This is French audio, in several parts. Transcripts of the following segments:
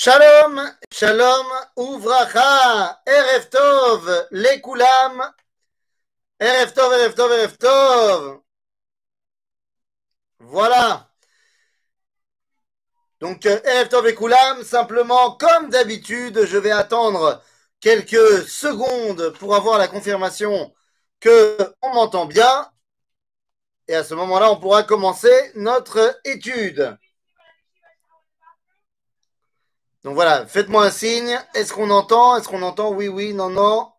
Shalom, shalom, uvracha, erev tov, lekulam, erev tov, erev tov, erev tov. Voilà. Donc, erev tov, lekulam, simplement, comme d'habitude, je vais attendre quelques secondes pour avoir la confirmation que on m'entend bien. Et à ce moment-là, on pourra commencer notre étude. Donc voilà, faites-moi un signe. Est-ce qu'on entend? Est-ce qu'on entend? Oui, oui, non, non.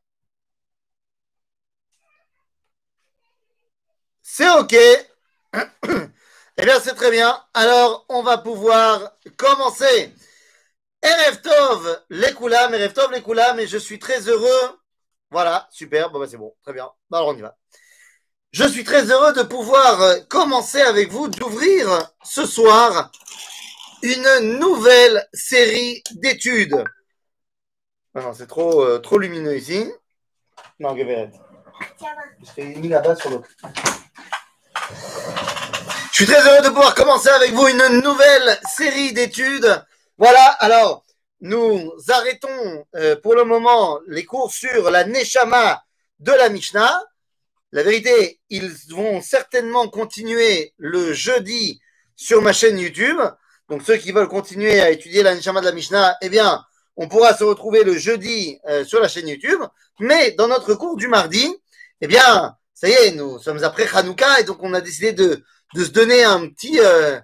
C'est OK. Eh bien, c'est très bien. Alors, on va pouvoir commencer. Erev Tov, Lekoulam, Erev Tov, Lekoulam, et je suis très heureux. Voilà, super, bon, bah, c'est bon, très bien. Bah, alors, on y va. Je suis très heureux de pouvoir commencer avec vous, d'ouvrir ce soir une nouvelle série d'études. Ah non, c'est trop lumineux ici. Non, Geverette. Je t'ai mis là-bas sur l'autre. Je suis très heureux de pouvoir commencer avec vous une nouvelle série d'études. Voilà, alors, nous arrêtons pour le moment les cours sur la Neshama de la Mishnah. La vérité, ils vont certainement continuer le jeudi sur ma chaîne YouTube. Donc, ceux qui veulent continuer à étudier la Neshama de la Mishnah, eh bien, on pourra se retrouver le jeudi sur la chaîne YouTube. Mais dans notre cours du mardi, eh bien, ça y est, nous sommes après Hanouka et donc on a décidé de se donner un petit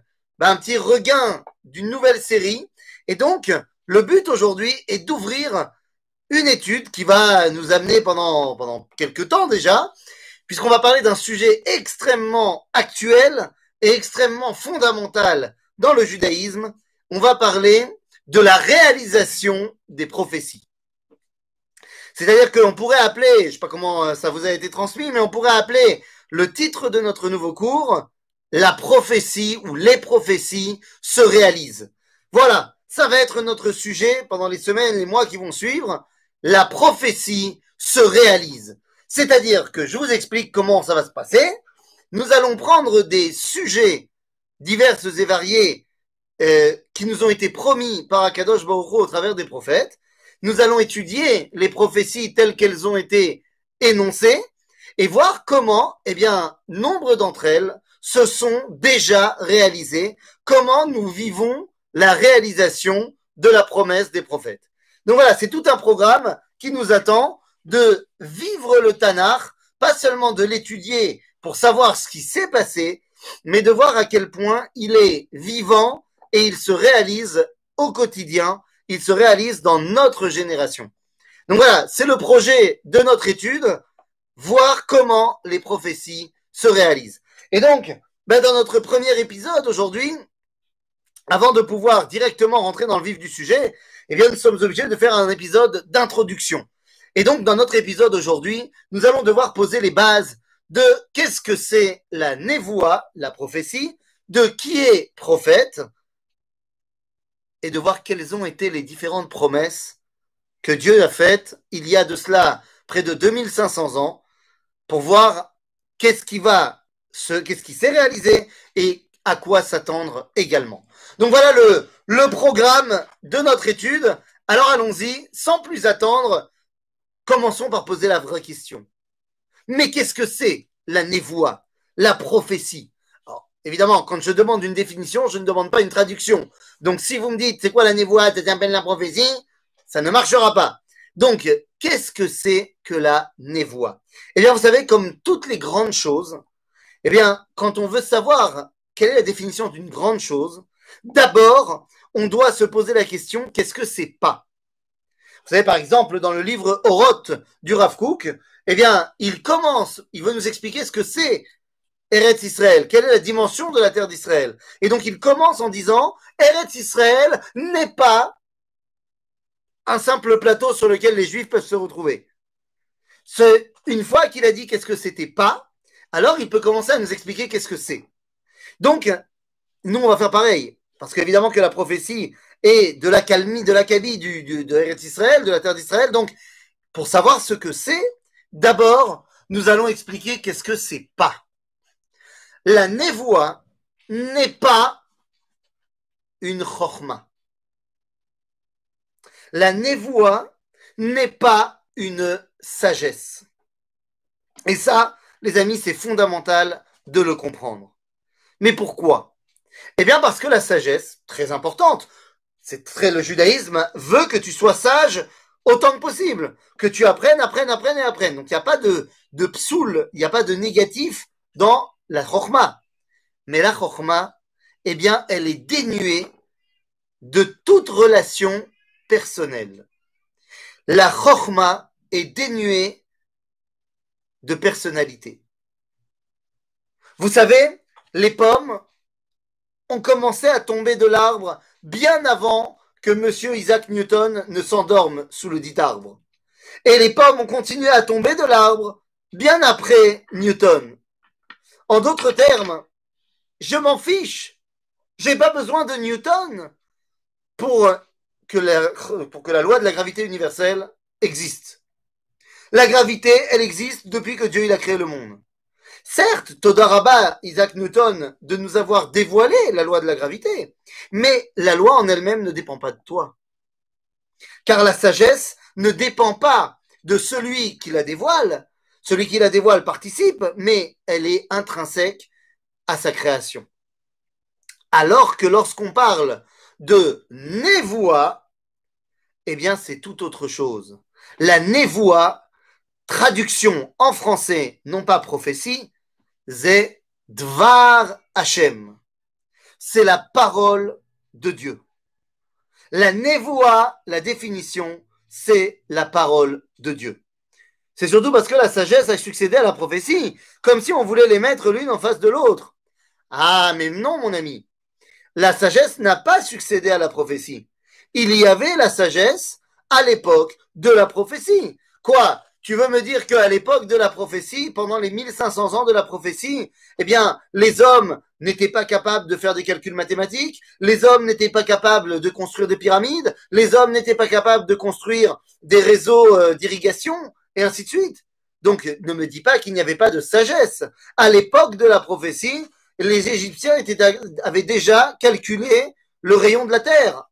regain d'une nouvelle série. Et donc, le but aujourd'hui est d'ouvrir une étude qui va nous amener pendant quelques temps déjà, puisqu'on va parler d'un sujet extrêmement actuel et extrêmement fondamental dans le judaïsme. On va parler de la réalisation des prophéties. C'est-à-dire qu'on pourrait appeler, je ne sais pas comment ça vous a été transmis, mais on pourrait appeler le titre de notre nouveau cours la prophétie ou les prophéties se réalisent. Voilà, ça va être notre sujet pendant les semaines, les mois qui vont suivre. La prophétie se réalise. C'est-à-dire que je vous explique comment ça va se passer. Nous allons prendre des sujets divers et variés qui nous ont été promis par Akadosh Baruch Hu au travers des prophètes. Nous allons étudier les prophéties telles qu'elles ont été énoncées et voir comment, eh bien, nombre d'entre elles se sont déjà réalisées, comment nous vivons la réalisation de la promesse des prophètes. Donc voilà, c'est tout un programme qui nous attend de vivre le Tanakh, pas seulement de l'étudier pour savoir ce qui s'est passé, mais de voir à quel point il est vivant et il se réalise au quotidien, il se réalise dans notre génération. Donc voilà, c'est le projet de notre étude, voir comment les prophéties se réalisent. Et donc, dans notre premier épisode aujourd'hui, avant de pouvoir directement rentrer dans le vif du sujet, eh bien, nous sommes obligés de faire un épisode d'introduction. Et donc, dans notre épisode aujourd'hui, nous allons devoir poser les bases de qu'est-ce que c'est la névoie, la prophétie, de qui est prophète, et de voir quelles ont été les différentes promesses que Dieu a faites il y a de cela près de 2500 ans, pour voir qu'est-ce qui s'est réalisé et à quoi s'attendre également. Donc voilà le programme de notre étude. Alors allons-y, sans plus attendre, commençons par poser la vraie question. Mais qu'est-ce que c'est la névoie, la prophétie? Alors, évidemment, quand je demande une définition, je ne demande pas une traduction. Donc si vous me dites c'est quoi la névoie, c'est un peu la prophétie, ça ne marchera pas. Donc, qu'est-ce que c'est que la névoie? Eh bien, vous savez, comme toutes les grandes choses, eh bien, quand on veut savoir quelle est la définition d'une grande chose, d'abord, on doit se poser la question, qu'est-ce que c'est pas? Vous savez, par exemple, dans le livre Oroth du Rav Kook, eh bien, il veut nous expliquer ce que c'est Eretz Israël, quelle est la dimension de la terre d'Israël. Et donc, il commence en disant, Eretz Israël n'est pas un simple plateau sur lequel les Juifs peuvent se retrouver. Une fois qu'il a dit qu'est-ce que c'était pas, alors il peut commencer à nous expliquer qu'est-ce que c'est. Donc, nous, on va faire pareil. Parce qu'évidemment que la prophétie est de l'acabit de Eretz Israël, de la terre d'Israël. Donc, pour savoir ce que c'est, d'abord, nous allons expliquer qu'est-ce que c'est pas. La névoie n'est pas une chokhma. La névoie n'est pas une sagesse. Et ça, les amis, c'est fondamental de le comprendre. Mais pourquoi? Eh bien parce que la sagesse, très importante, le judaïsme veut que tu sois sage autant que possible, que tu apprennes. Donc il n'y a pas de psoul, il n'y a pas de négatif dans la chorma. Mais la chorma, eh bien, elle est dénuée de toute relation personnelle. La chorma est dénuée de personnalité. Vous savez, les pommes ont commencé à tomber de l'arbre bien avant que monsieur Isaac Newton ne s'endorme sous le dit arbre. Et les pommes ont continué à tomber de l'arbre bien après Newton. En d'autres termes, je m'en fiche. J'ai pas besoin de Newton pour que la loi de la gravité universelle existe. La gravité, elle existe depuis que Dieu il a créé le monde. Certes, Todarabah, Isaac Newton, de nous avoir dévoilé la loi de la gravité, mais la loi en elle-même ne dépend pas de toi. Car la sagesse ne dépend pas de celui qui la dévoile. Celui qui la dévoile participe, mais elle est intrinsèque à sa création. Alors que lorsqu'on parle de névoie, eh bien c'est tout autre chose. La névoie, traduction en français, non pas prophétie, c'est Dvar Hashem. C'est la parole de Dieu. La névoie, la définition, c'est la parole de Dieu. C'est surtout parce que la sagesse a succédé à la prophétie, comme si on voulait les mettre l'une en face de l'autre. Ah, mais non, mon ami. La sagesse n'a pas succédé à la prophétie. Il y avait la sagesse à l'époque de la prophétie. Quoi? Tu veux me dire qu'à l'époque de la prophétie, pendant les 1500 ans de la prophétie, eh bien, les hommes n'étaient pas capables de faire des calculs mathématiques, les hommes n'étaient pas capables de construire des pyramides, les hommes n'étaient pas capables de construire des réseaux d'irrigation, et ainsi de suite. Donc, ne me dis pas qu'il n'y avait pas de sagesse. À l'époque de la prophétie, les Égyptiens avaient déjà calculé le rayon de la Terre.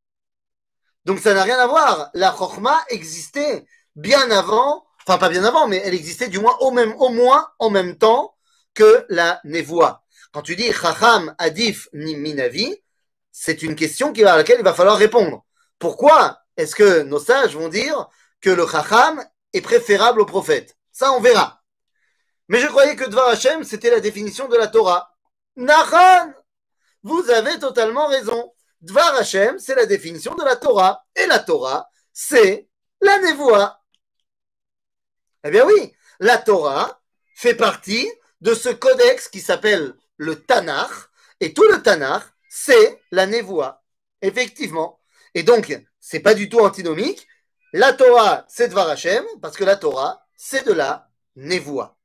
Donc ça n'a rien à voir. La Chokhma existait bien avant, enfin pas bien avant, mais elle existait du moins au moins en même temps que la Névoie. Quand tu dis Chacham Adif Minavi, c'est une question à laquelle il va falloir répondre. Pourquoi est-ce que nos sages vont dire que le Chacham est préférable au prophète? Ça, on verra. Mais je croyais que Dvar Hashem, c'était la définition de la Torah. Nachan, vous avez totalement raison. Dvar Hashem, c'est la définition de la Torah. Et la Torah, c'est la Névoie. Eh bien oui, la Torah fait partie de ce codex qui s'appelle le Tanakh. Et tout le Tanakh, c'est la Névoie. Effectivement. Et donc, c'est pas du tout antinomique. La Torah, c'est Dvar Hashem, parce que la Torah, c'est de la Névoie.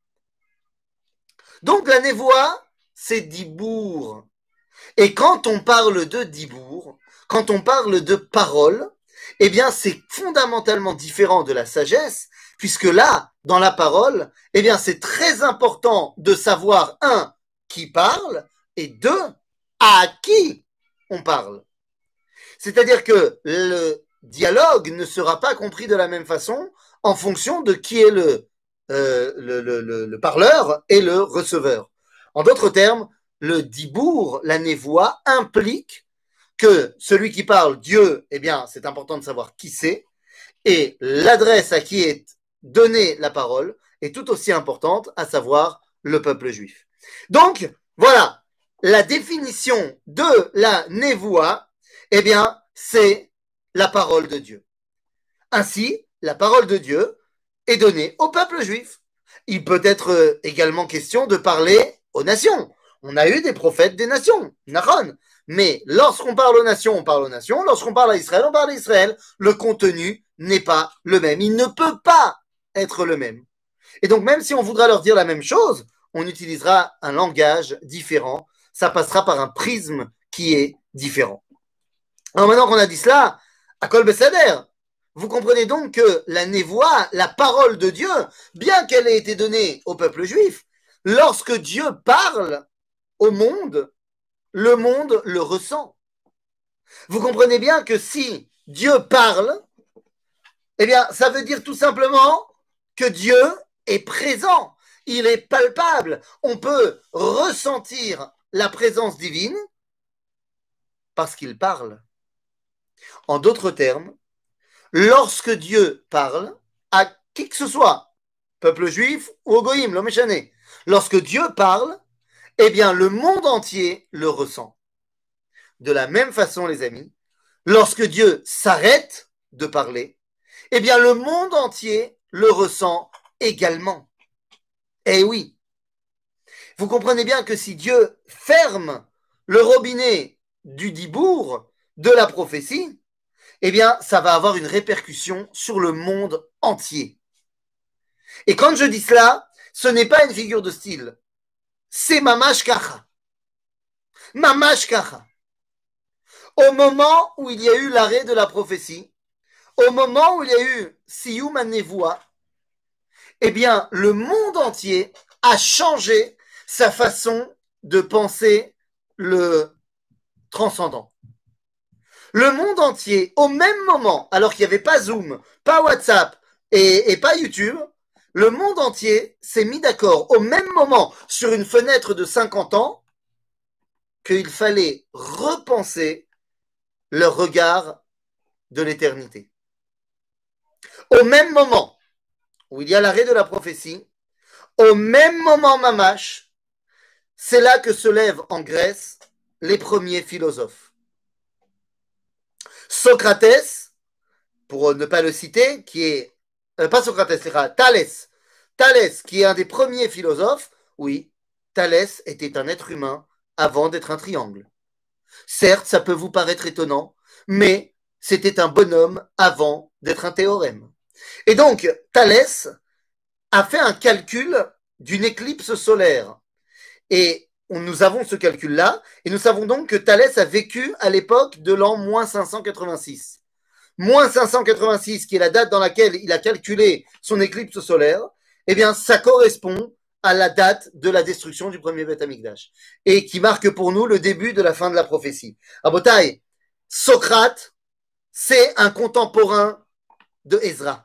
Donc la Névoie, c'est Dibour. Et quand on parle de Dibour, quand on parle de parole, eh bien c'est fondamentalement différent de la sagesse, puisque là, dans la parole, eh bien c'est très important de savoir, un, qui parle, et deux, à qui on parle. C'est-à-dire que le dialogue ne sera pas compris de la même façon en fonction de qui est le parleur et le receveur. En d'autres termes, le dibour, la névoie, implique que celui qui parle, Dieu, eh bien, c'est important de savoir qui c'est, et l'adresse à qui est donnée la parole est tout aussi importante, à savoir le peuple juif. Donc, voilà, la définition de la névoie, eh bien, c'est la parole de Dieu. Ainsi, la parole de Dieu est donnée au peuple juif. Il peut être également question de parler aux nations. On a eu des prophètes des nations, Nachon. Mais lorsqu'on parle aux nations, on parle aux nations. Lorsqu'on parle à Israël, on parle à Israël. Le contenu n'est pas le même. Il ne peut pas être le même. Et donc, même si on voudra leur dire la même chose, on utilisera un langage différent. Ça passera par un prisme qui est différent. Alors maintenant qu'on a dit cela, à Kol Besséder, vous comprenez donc que la névoie, la parole de Dieu, bien qu'elle ait été donnée au peuple juif, lorsque Dieu parle au monde, le monde le ressent. Vous comprenez bien que si Dieu parle, Eh bien, ça veut dire tout simplement que Dieu est présent. Il est palpable. On peut ressentir la présence divine parce qu'il parle. En d'autres termes, lorsque Dieu parle à qui que ce soit, peuple juif ou au goïm, l'homme échané, lorsque Dieu parle, eh bien, le monde entier le ressent. De la même façon, les amis, lorsque Dieu s'arrête de parler, eh bien, le monde entier le ressent également. Eh oui, vous comprenez bien que si Dieu ferme le robinet du dibour, de la prophétie, eh bien, ça va avoir une répercussion sur le monde entier. Et quand je dis cela, ce n'est pas une figure de style. C'est mamash kacha. Mamash kacha. Au moment où il y a eu l'arrêt de la prophétie, au moment où il y a eu Siyum HaNevoua, eh bien, le monde entier a changé sa façon de penser le transcendant. Le monde entier, au même moment, alors qu'il n'y avait pas Zoom, pas WhatsApp et pas YouTube, le monde entier s'est mis d'accord au même moment sur une fenêtre de 50 ans qu'il fallait repenser leur regard de l'éternité. Au même moment où il y a l'arrêt de la prophétie, au même moment mamash, c'est là que se lèvent en Grèce les premiers philosophes. Socrates, pour ne pas le citer, qui est pas Socrates, c'est Thalès. Thalès, qui est un des premiers philosophes, oui, Thalès était un être humain avant d'être un triangle. Certes, ça peut vous paraître étonnant, mais c'était un bonhomme avant d'être un théorème. Et donc, Thalès a fait un calcul d'une éclipse solaire. Et nous avons ce calcul-là, et nous savons donc que Thalès a vécu à l'époque de l'an moins 586. Moins 586, qui est la date dans laquelle il a calculé son éclipse solaire, eh bien, ça correspond à la date de la destruction du premier Beth Amikdash, et qui marque pour nous le début de la fin de la prophétie. Abotai, Socrate, c'est un contemporain de Ezra.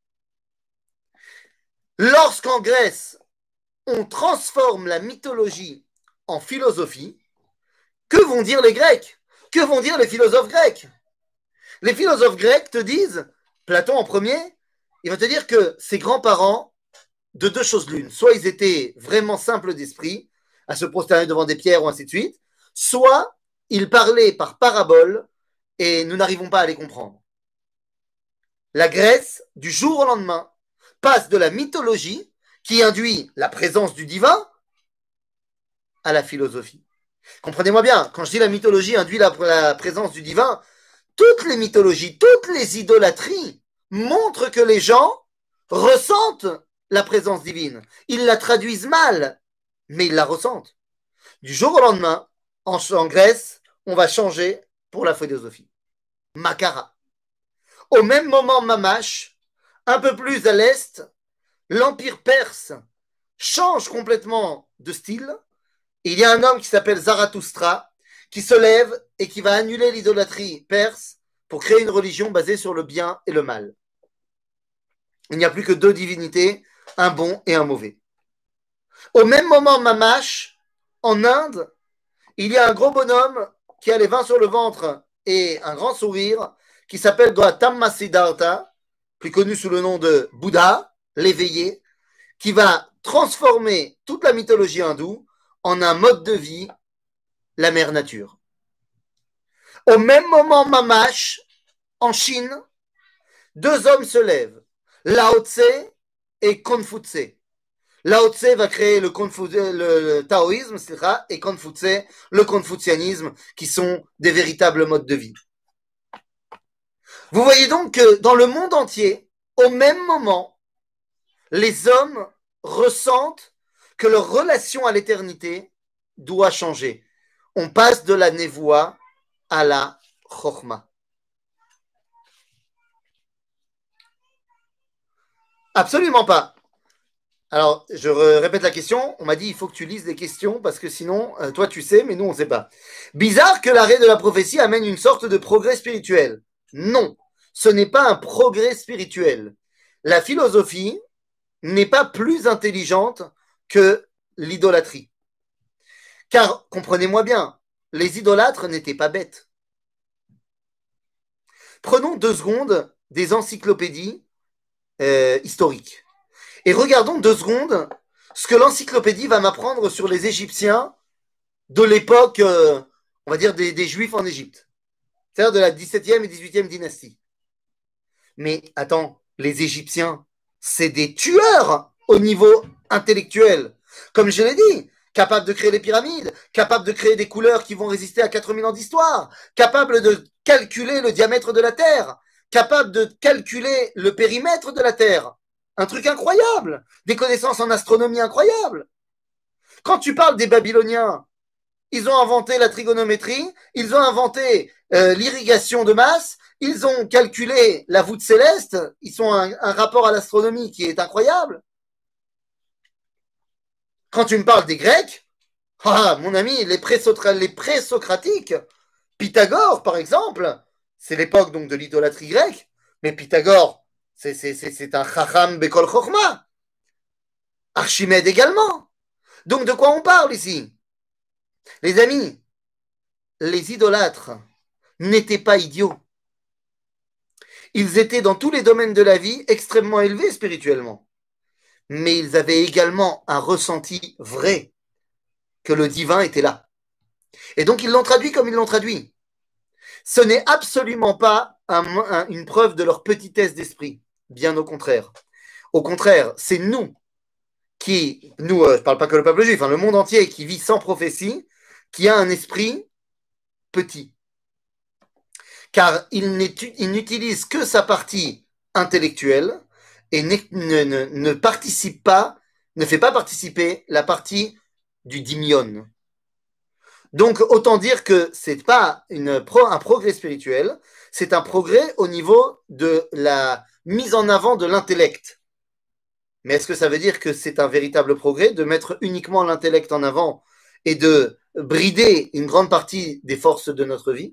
Lorsqu'en Grèce, on transforme la mythologie en philosophie, que vont dire les Grecs? Que vont dire les philosophes grecs? Les philosophes grecs te disent, Platon en premier, il va te dire que ses grands-parents, de deux choses l'une, soit ils étaient vraiment simples d'esprit, à se prosterner devant des pierres ou ainsi de suite, soit ils parlaient par paraboles et nous n'arrivons pas à les comprendre. La Grèce, du jour au lendemain, passe de la mythologie, qui induit la présence du divin, à la philosophie. Comprenez-moi bien, quand je dis la mythologie induit la présence du divin, toutes les mythologies, toutes les idolâtries montrent que les gens ressentent la présence divine. Ils la traduisent mal, mais ils la ressentent. Du jour au lendemain, en Grèce, on va changer pour la philosophie. Makara. Au même moment, Mamash, un peu plus à l'est, l'empire perse change complètement de style. Et il y a un homme qui s'appelle Zarathustra qui se lève et qui va annuler l'idolâtrie perse pour créer une religion basée sur le bien et le mal. Il n'y a plus que deux divinités, un bon et un mauvais. Au même moment, Mamash, en Inde, il y a un gros bonhomme qui a les vins sur le ventre et un grand sourire, qui s'appelle Gautama Siddhartha, plus connu sous le nom de Bouddha, l'éveillé, qui va transformer toute la mythologie hindoue en un mode de vie, la mère nature. Au même moment, Mamash, en Chine, deux hommes se lèvent, Lao Tse et Confucius. Lao Tse va créer le taoïsme, et Confucius, le confucianisme, qui sont des véritables modes de vie. Vous voyez donc que dans le monde entier, au même moment, les hommes ressentent que leur relation à l'éternité doit changer. On passe de la névoie à la chokhma. Absolument pas. Alors, je répète la question. On m'a dit il faut que tu lises les questions parce que sinon, toi tu sais, mais nous on ne sait pas. Bizarre que l'arrêt de la prophétie amène une sorte de progrès spirituel. Non. ce n'est pas un progrès spirituel. La philosophie n'est pas plus intelligente que l'idolâtrie. Car, comprenez-moi bien, les idolâtres n'étaient pas bêtes. Prenons 2 secondes des encyclopédies historiques. Et regardons 2 secondes ce que l'encyclopédie va m'apprendre sur les Égyptiens de l'époque, on va dire, des Juifs en Égypte. C'est-à-dire de la 17e et 18e dynastie. Mais attends, les Égyptiens, c'est des tueurs au niveau intellectuel. Comme je l'ai dit, capables de créer les pyramides, capables de créer des couleurs qui vont résister à 4000 ans d'histoire, capables de calculer le diamètre de la Terre, capables de calculer le périmètre de la Terre. Un truc incroyable, des connaissances en astronomie incroyables. Quand tu parles des Babyloniens, ils ont inventé la trigonométrie, ils ont inventé l'irrigation de masse, ils ont calculé la voûte céleste, ils ont un rapport à l'astronomie qui est incroyable. Quand tu me parles des Grecs, ah, mon ami, les présocratiques, Pythagore par exemple, c'est l'époque donc de l'idolâtrie grecque, mais Pythagore, c'est un chacham bekol chokhma. Archimède également. Donc de quoi on parle ici? Les amis, les idolâtres n'étaient pas idiots. Ils étaient dans tous les domaines de la vie extrêmement élevés spirituellement. Mais ils avaient également un ressenti vrai que le divin était là. Et donc ils l'ont traduit comme ils l'ont traduit. Ce n'est absolument pas une preuve de leur petitesse d'esprit. Bien au contraire. Au contraire, c'est nous qui, je ne parle pas que le peuple juif, le monde entier qui vit sans prophétie, qui a un esprit petit. Car il n'utilise que sa partie intellectuelle et ne participe pas, ne fait pas participer la partie du dimion. Donc, autant dire que ce n'est pas un progrès spirituel, c'est un progrès au niveau de la mise en avant de l'intellect. Mais est-ce que ça veut dire que c'est un véritable progrès de mettre uniquement l'intellect en avant et de brider une grande partie des forces de notre vie?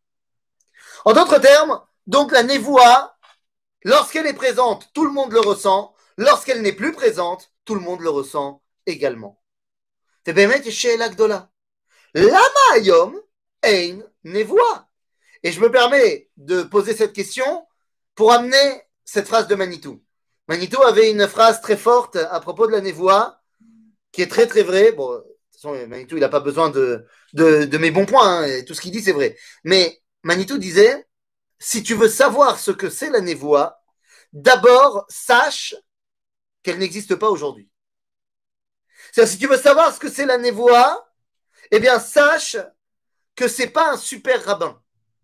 En d'autres termes, donc la névoie, lorsqu'elle est présente, tout le monde le ressent. Lorsqu'elle n'est plus présente, tout le monde le ressent également. C'est באמת שאלה גדולה. למה היום אין נבואה? Et je me permets de poser cette question pour amener cette phrase de Manitou. Manitou avait une phrase très forte à propos de la névoie, qui est très très vraie. Bon, de toute façon, Manitou, il n'a pas besoin de mes bons points, hein, tout ce qu'il dit, c'est vrai. Mais Manitou disait, si tu veux savoir ce que c'est la névoie, d'abord sache qu'elle n'existe pas aujourd'hui. C'est-à-dire, si tu veux savoir ce que c'est la névoie, eh bien, sache que c'est pas un super rabbin.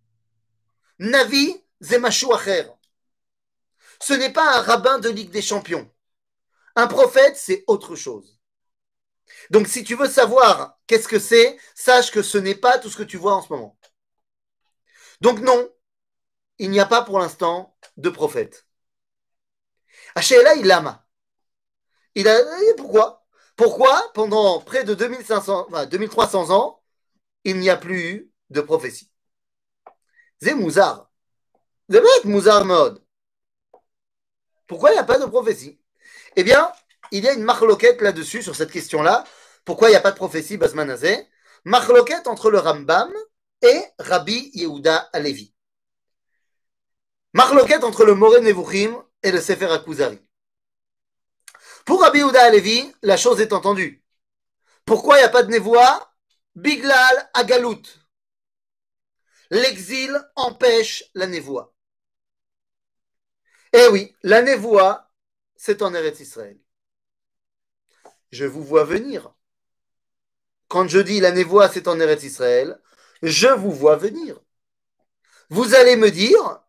Navi Zemashu Acher. Ce n'est pas un rabbin de Ligue des Champions. Un prophète, c'est autre chose. Donc, si tu veux savoir qu'est-ce que c'est, sache que ce n'est pas tout ce que tu vois en ce moment. Donc, non, il n'y a pas pour l'instant de prophète. Hachéla, il lama. Pourquoi? Pourquoi, pendant près de 2300 ans, il n'y a plus eu de prophétie? C'est mouzar. C'est bête, mouzar mode. Pourquoi il n'y a pas de prophétie? Eh bien, il y a une marloquette là-dessus, sur cette question-là. Pourquoi il n'y a pas de prophétie, Basman Azé? Marloquette entre le Rambam et Rabbi Yehuda Alevi. Marloquette entre le Moreh Nevuchim et le Sefer HaKuzari. Pour Rabbi Yehuda Alevi, la chose est entendue. Pourquoi il n'y a pas de névoie? Biglal Agalout. L'exil empêche la névoie. Eh oui, la névoie, c'est en Eretz Israël. Je vous vois venir. Quand je dis la névoie, c'est en Eretz Israël, je vous vois venir. Vous allez me dire,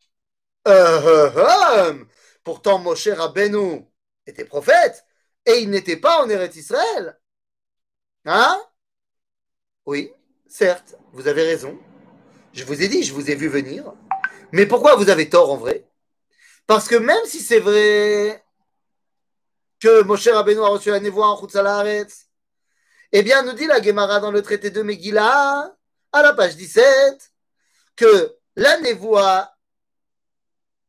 pourtant Moshe Rabbeinu était prophète et il n'était pas en Eretz Israël. Hein? Oui, certes, vous avez raison. Je vous ai dit, je vous ai vu venir. Mais pourquoi vous avez tort en vrai? Parce que même si c'est vrai que Moshe Rabbeinu a reçu la névoie en Chutz La'aretz, eh bien, nous dit la Gemara dans le traité de Megillah, à la page 17, que la névoie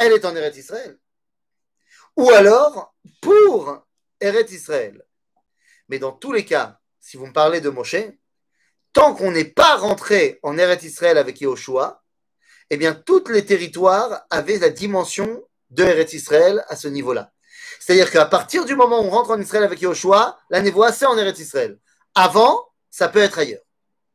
elle est en Eretz Israël. Ou alors, pour Eretz Israël. Mais dans tous les cas, si vous me parlez de Moshe, tant qu'on n'est pas rentré en Eretz Israël avec Yehoshua, eh bien, tous les territoires avaient la dimension de Eretz Israël à ce niveau-là. C'est-à-dire qu'à partir du moment où on rentre en Israël avec Yehoshua, la névoie, c'est en Eretz Israël. Avant, ça peut être ailleurs.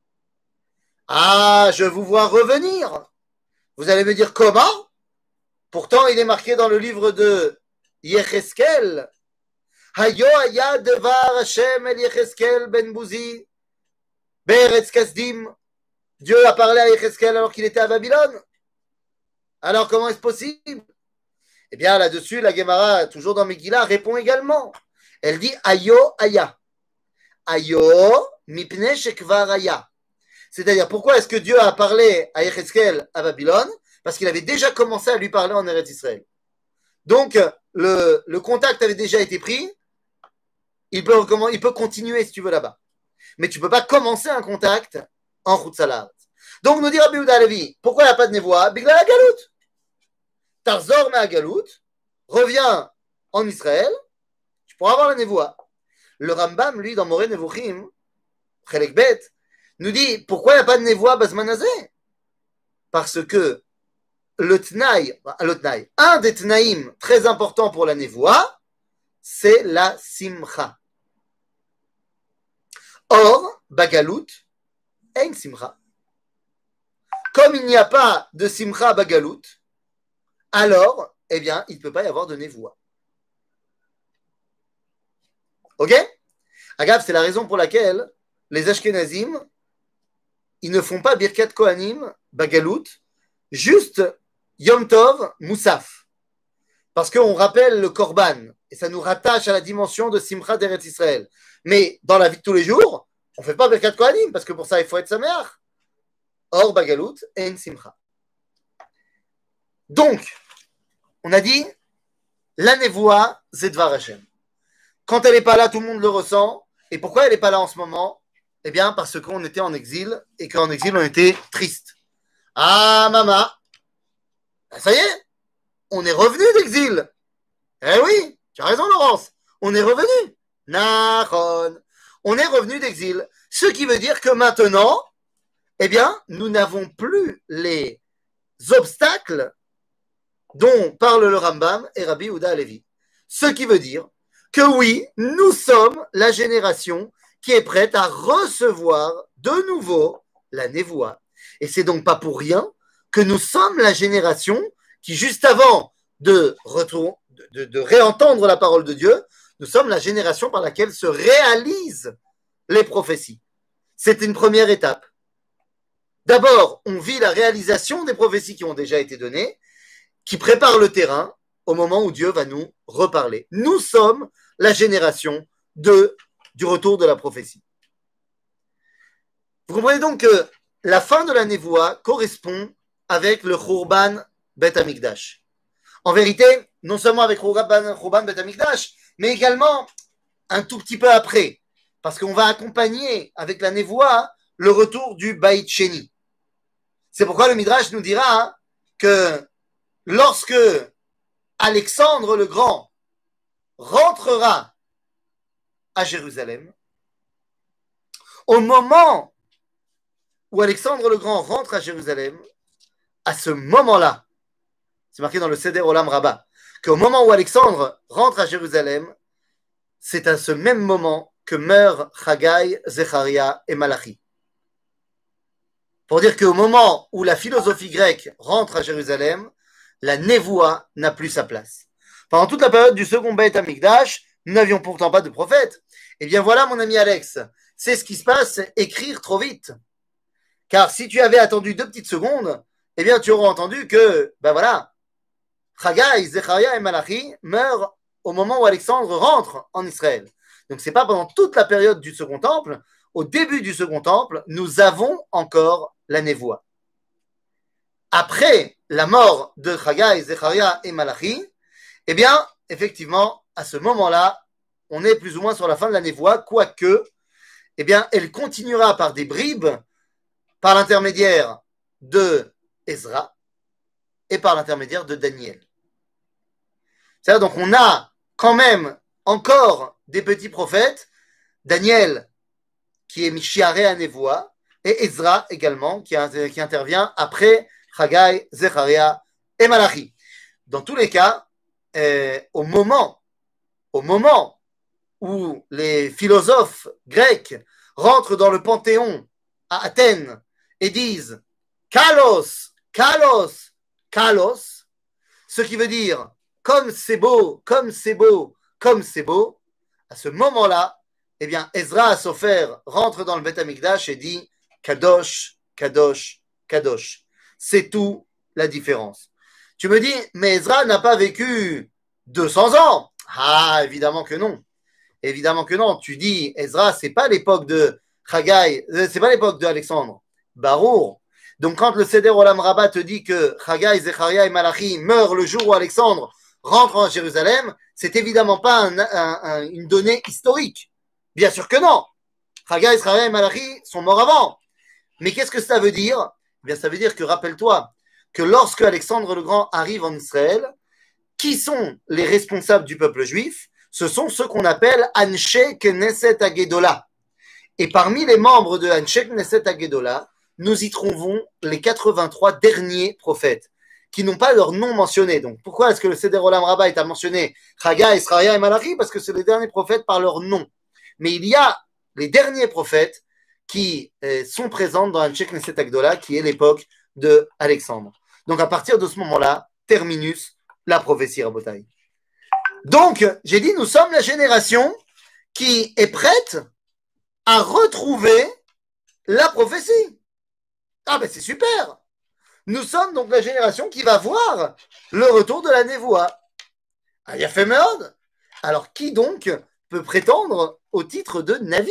Ah, je vous vois revenir. Vous allez me dire comment? Pourtant, il est marqué dans le livre de Yecheskel. Hayo haya devar Hashem el Yecheskel ben Bouzi be'eretz Kasdim. Dieu a parlé à Yecheskel alors qu'il était à Babylone. Alors comment est-ce possible? Eh bien là-dessus, la Gemara, toujours dans Megillah, répond également. Elle dit Ayo haya. Ayo mipne shekvar haya. C'est-à-dire, pourquoi est-ce que Dieu a parlé à Yecheskel à Babylone? Parce qu'il avait déjà commencé à lui parler en Eretz Israël. Donc, le contact avait déjà été pris. Il peut continuer si tu veux là-bas. Mais tu ne peux pas commencer un contact en Chutzalat. Donc, nous dit Rabbi Yehuda Halevi, pourquoi il n'y a pas de névoie? Bigla la galout. Tarzor ma galout, reviens en Israël, tu pourras avoir la névoie. Le Rambam, lui, dans Moreh Nevuchim, Chelek Bet, nous dit pourquoi il n'y a pas de névoie Bazmanazé? Parce que le tnaï, un des tnaïm très importants pour la névoie, c'est la simcha. Or, bagalout, ein simcha. Comme il n'y a pas de simcha bagalout, alors, eh bien, il ne peut pas y avoir de névoie. Ok? Agave, c'est la raison pour laquelle les Ashkenazim, ils ne font pas Birkat Kohanim, bagalout, juste Yom Tov, Moussaf. Parce qu'on rappelle le Korban, et ça nous rattache à la dimension de Simcha d'Eretz Israël. Mais dans la vie de tous les jours, on ne fait pas Birkat Kohanim, parce que pour ça, il faut être Sameach. Or, Bagalout, et une Simcha. Donc, on a dit, la névoie, c'est Dvar Hashem. Quand elle n'est pas là, tout le monde le ressent. Et pourquoi elle n'est pas là en ce moment? Eh bien, parce qu'on était en exil, et qu'en exil, on était triste. Ah, maman, ça y est, on est revenu d'exil. Eh oui, tu as raison, Laurence. On est revenu. Nahon. On est revenu d'exil. Ce qui veut dire que maintenant, eh bien, nous n'avons plus les obstacles dont parle le Rambam et Rabbi Yehuda Halevi. Ce qui veut dire que oui, nous sommes la génération qui est prête à recevoir de nouveau la névoie. Et c'est donc pas pour rien que nous sommes la génération qui, juste avant de réentendre la parole de Dieu, nous sommes la génération par laquelle se réalisent les prophéties. C'est une première étape. D'abord, on vit la réalisation des prophéties qui ont déjà été données, qui préparent le terrain au moment où Dieu va nous reparler. Nous sommes la génération du retour de la prophétie. Vous comprenez donc que la fin de la névoie correspond avec le Khurban Bet Amikdash. En vérité, non seulement avec Khurban Bet Amikdash, mais également un tout petit peu après, parce qu'on va accompagner avec la névoie le retour du Baït Sheni. C'est pourquoi le Midrash nous dira que lorsque Alexandre le Grand rentrera à Jérusalem, au moment où Alexandre le Grand rentre à Jérusalem, à ce moment-là, c'est marqué dans le Seder Olam Rabbah, qu'au moment où Alexandre rentre à Jérusalem, c'est à ce même moment que meurent Chagai, Zecharia et Malachi. Pour dire qu'au moment où la philosophie grecque rentre à Jérusalem, la névoie n'a plus sa place. Pendant toute la période du second Beit Amikdash, nous n'avions pourtant pas de prophète. Eh bien voilà, mon ami Alex, c'est ce qui se passe, écrire trop vite. Car si tu avais attendu 2 petites secondes, eh bien tu aurais entendu que, ben voilà, Chagai, Zecharia et Malachi meurent au moment où Alexandre rentre en Israël. Donc c'est pas pendant toute la période du Second Temple. Au début du Second Temple, nous avons encore la névoie. Après la mort de Chagai, Zecharia et Malachi, eh bien, effectivement, à ce moment-là, on est plus ou moins sur la fin de la névoie, quoique, eh bien, elle continuera par des bribes, par l'intermédiaire de Ezra et par l'intermédiaire de Daniel. C'est-à-dire, donc on a quand même encore des petits prophètes, Daniel qui est Mishiaré à Nevoa, et Ezra également qui intervient après Haggai, Zecharia et Malachi. Dans tous les cas, au moment où les philosophes grecs rentrent dans le Panthéon à Athènes et disent Kalos, Kalos, Kalos, ce qui veut dire comme c'est beau, comme c'est beau, comme c'est beau, à ce moment-là, eh bien, Ezra Sofer rentre dans le Beth Amikdash et dit Kadosh, Kadosh, Kadosh. C'est tout la différence. Tu me dis, mais Ezra n'a pas vécu 200 ans. Ah, évidemment que non. Évidemment que non. Tu dis, Ezra, c'est pas l'époque de Haggai, c'est pas l'époque de Alexandre. Barour. Donc, quand le Seder Olam Rabbah te dit que Haggai, Zecharia et Malachi meurent le jour où Alexandre rentre à Jérusalem, c'est évidemment pas une donnée historique. Bien sûr que non. Haggai, Zecharia et Malachi sont morts avant. Mais qu'est-ce que ça veut dire? Eh bien, ça veut dire que, rappelle-toi, que lorsque Alexandre le Grand arrive en Israël, qui sont les responsables du peuple juif? Ce sont ceux qu'on appelle Anshe Knesset Agedola. Et parmi les membres de Anshe Knesset Agedola, nous y trouvons les 83 derniers prophètes qui n'ont pas leur nom mentionné. Donc pourquoi est-ce que le Seder Olam Rabbah est à mentionner Haggai, Israël et Malachi? Parce que c'est les derniers prophètes par leur nom. Mais il y a les derniers prophètes qui sont présents dans Anshe Knesset Agedola, qui est l'époque de Alexandre. Donc à partir de ce moment-là, terminus la prophétie Rabotai. Donc, j'ai dit, nous sommes la génération qui est prête à retrouver la prophétie. Ah ben c'est super. Nous sommes donc la génération qui va voir le retour de la névoie. Ah, il y a fait merde. Alors, qui donc peut prétendre au titre de Navi?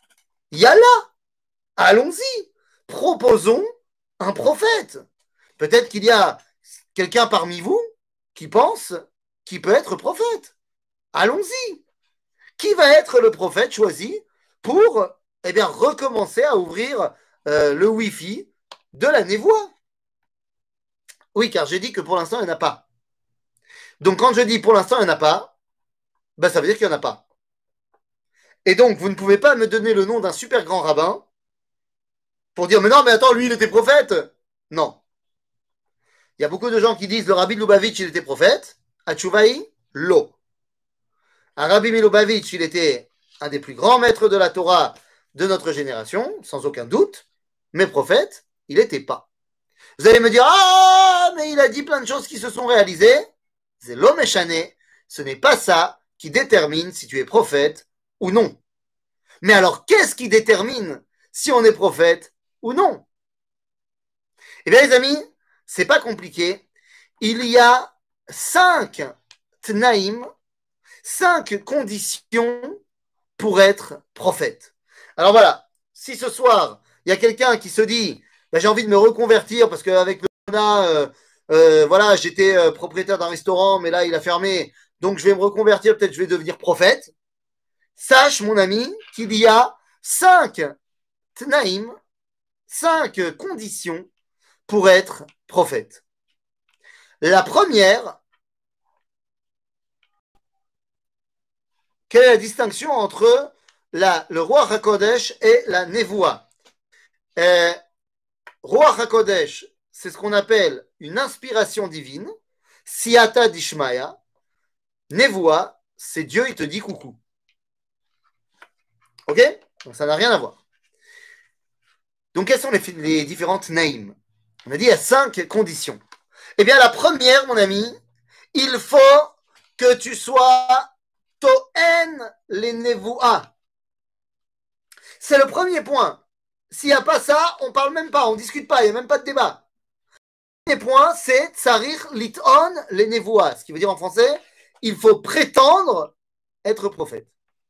Yalla, allons-y. Proposons un prophète. Peut-être qu'il y a quelqu'un parmi vous qui pense qu'il peut être prophète. Allons-y. Qui va être le prophète choisi pour recommencer à ouvrir le Wi-Fi de la névoie? Oui, car j'ai dit que pour l'instant, il n'y en a pas. Donc, quand je dis pour l'instant, il n'y en a pas, ben, ça veut dire qu'il n'y en a pas. Et donc, vous ne pouvez pas me donner le nom d'un super grand rabbin pour dire, mais non, mais attends, lui, il était prophète. Non. Il y a beaucoup de gens qui disent, le rabbi de Lubavitch, il était prophète. Atchouvaï, lo. Un rabbi Milubavitch, il était un des plus grands maîtres de la Torah de notre génération, sans aucun doute, mais prophète, il n'était pas. Vous allez me dire, ah, mais il a dit plein de choses qui se sont réalisées. C'est l'homme échané. Ce n'est pas ça qui détermine si tu es prophète ou non. Mais alors, qu'est-ce qui détermine si on est prophète ou non? Eh bien, les amis, c'est pas compliqué. Il y a 5 tnaïm, 5 conditions pour être prophète. Alors voilà, si ce soir, il y a quelqu'un qui se dit, bah, j'ai envie de me reconvertir parce qu'avec le corona, voilà, j'étais propriétaire d'un restaurant, mais là, il a fermé, donc je vais me reconvertir, peut-être je vais devenir prophète. Sache, mon ami, qu'il y a 5 tnaïm, 5 conditions pour être prophète. La première, quelle est la distinction entre le roi HaKodesh et la Nevoa? Roi HaKodesh, c'est ce qu'on appelle une inspiration divine. Siata Dishmaya. Nevoa, c'est Dieu, il te dit coucou. Ok? Donc ça n'a rien à voir. Donc quelles sont les différentes naïms? On a dit il y a 5 conditions. Eh bien, la première, mon ami, il faut que tu sois Toen les Nevoa. C'est le premier point. S'il n'y a pas ça, on ne parle même pas, on ne discute pas, il n'y a même pas de débat. Le premier point, c'est Tsarir Liton les Nevoa, ce qui veut dire en français, il faut prétendre être prophète.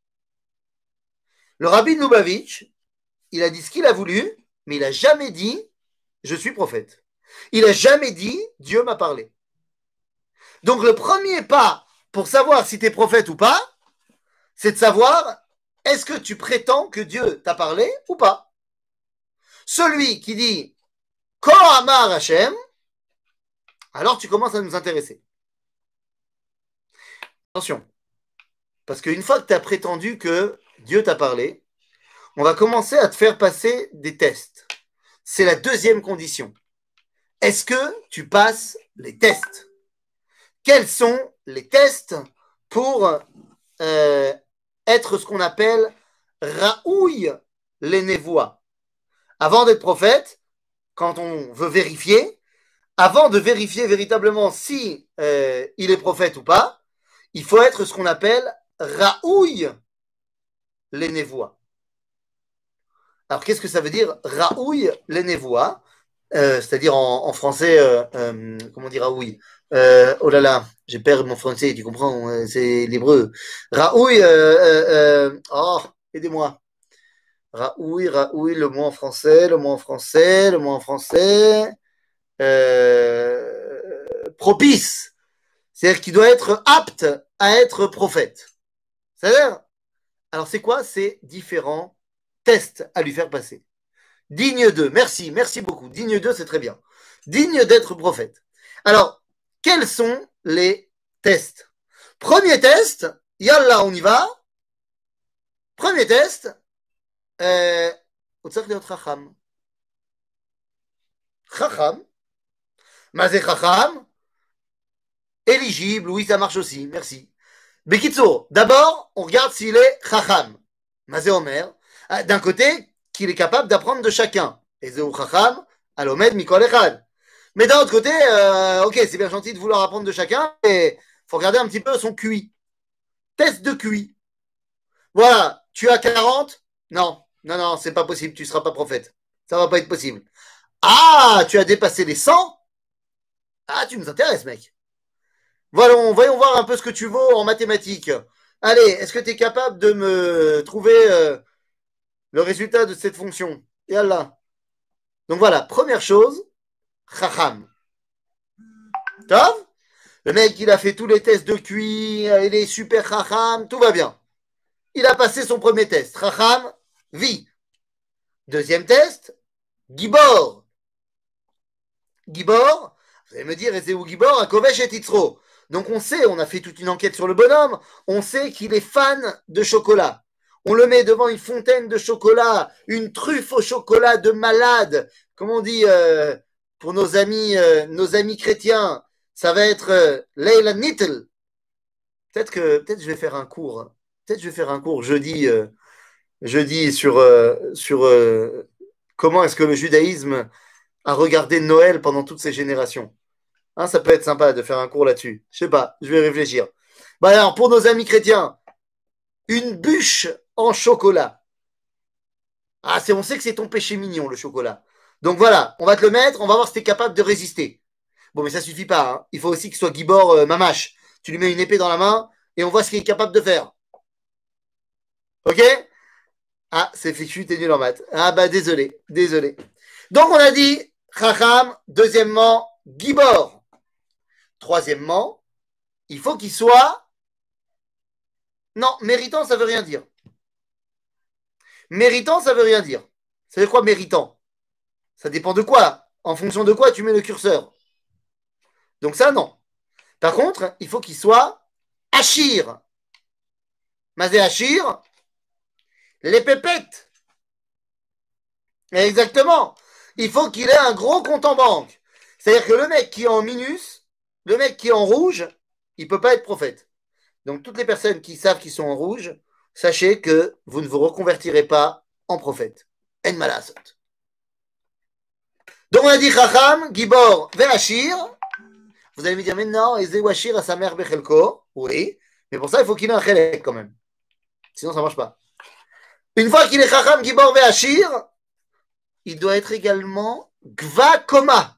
Le rabbi de Lubavitch, il a dit ce qu'il a voulu, mais il n'a jamais dit je suis prophète. Il n'a jamais dit Dieu m'a parlé. Donc le premier pas pour savoir si tu es prophète ou pas, c'est de savoir est-ce que tu prétends que Dieu t'a parlé ou pas. Celui qui dit Ko Amar Hashem, alors tu commences à nous intéresser. Attention, parce qu'une fois que tu as prétendu que Dieu t'a parlé, on va commencer à te faire passer des tests. C'est la deuxième condition. Est-ce que tu passes les tests? Quels sont les tests pour être ce qu'on appelle Raouille les névois? Avant d'être prophète, quand on veut vérifier, avant de vérifier véritablement si il est prophète ou pas, il faut être ce qu'on appelle Raouille les névois. Alors, qu'est-ce que ça veut dire Raouille les névois? C'est-à-dire en français, comment dire Raouille? Oh là là, j'ai perdu mon français, tu comprends? C'est l'hébreu. Raouille, oh, aidez-moi. Raouille, Raouille, le mot en français, le mot en français, le mot en français. Propice. C'est-à-dire qu'il doit être apte à être prophète. C'est-à-dire, alors c'est quoi ces différents tests à lui faire passer? Digne d'eux, merci, merci beaucoup. Digne d'eux, c'est très bien. Digne d'être prophète. Alors, quels sont les tests? Premier test, yallah, on y va. Premier test, צריך להיות חכם. חכם, מה זה חכם? Éligible, oui, ça marche aussi, merci. Bekitsour, d'abord, on regarde s'il est chacham. Mazé Omer, d'un côté, qu'il est capable d'apprendre de chacun. Et zéou chacham, alomed mikol echad. Mais d'un autre côté, ok, c'est bien gentil de vouloir apprendre de chacun, mais faut regarder un petit peu son QI. Test de QI. Voilà, tu as 40? Non, non, non, c'est pas possible, tu seras pas prophète. Ça va pas être possible. Ah, tu as dépassé les 100? Ah, tu nous intéresses, mec. Voyons voir un peu ce que tu vaux en mathématiques. Allez, est-ce que tu es capable de me trouver le résultat de cette fonction? Et Allah. Donc voilà, première chose, Chacham. Tov? Le mec, il a fait tous les tests de QI, il est super Chacham, tout va bien. Il a passé son premier test. Chacham, vie. Deuxième test, Gibor. Gibor, vous allez me dire, et c'est où Gibor? À Kovesh et Titzro. Donc on sait, on a fait toute une enquête sur le bonhomme, on sait qu'il est fan de chocolat. On le met devant une fontaine de chocolat, une truffe au chocolat de malade. Comme on dit pour nos amis chrétiens, ça va être Leila Nittel. Peut-être je vais faire un cours. Peut-être je vais faire un cours jeudi sur comment est-ce que le judaïsme a regardé Noël pendant toutes ces générations. Hein, ça peut être sympa de faire un cours là-dessus. Je sais pas, je vais réfléchir. Bah alors, pour nos amis chrétiens, une bûche en chocolat. Ah, on sait que c'est ton péché mignon, le chocolat. Donc voilà, on va te le mettre, on va voir si tu es capable de résister. Bon, mais ça suffit pas. Hein. Il faut aussi qu'il soit Gibor Mamache. Tu lui mets une épée dans la main et on voit ce qu'il est capable de faire. Ok? Ah, c'est fichu, t'es nul en maths. Ah bah désolé, désolé. Donc on a dit Chacham, deuxièmement, Gibor. Troisièmement, il faut qu'il soit... Non, méritant, ça veut rien dire. Méritant, ça veut rien dire. Ça veut quoi méritant? Ça dépend de quoi. En fonction de quoi tu mets le curseur. Donc ça, non. Par contre, il faut qu'il soit Achir. Mazé Achir, les pépettes. Exactement. Il faut qu'il ait un gros compte en banque. C'est-à-dire que le mec qui est en minus, le mec qui est en rouge, il ne peut pas être prophète. Donc toutes les personnes qui savent qu'ils sont en rouge, sachez que vous ne vous reconvertirez pas en prophète. En malasot. Donc on a dit Chacham, Gibor, Verachir. Vous allez me dire, mais non, Ezewachir à sa mère Bechelko. Oui, mais pour ça, il faut qu'il ait un Chelek quand même. Sinon, ça ne marche pas. Une fois qu'il est Chacham, Gibor, Verachir, il doit être également Gvakoma.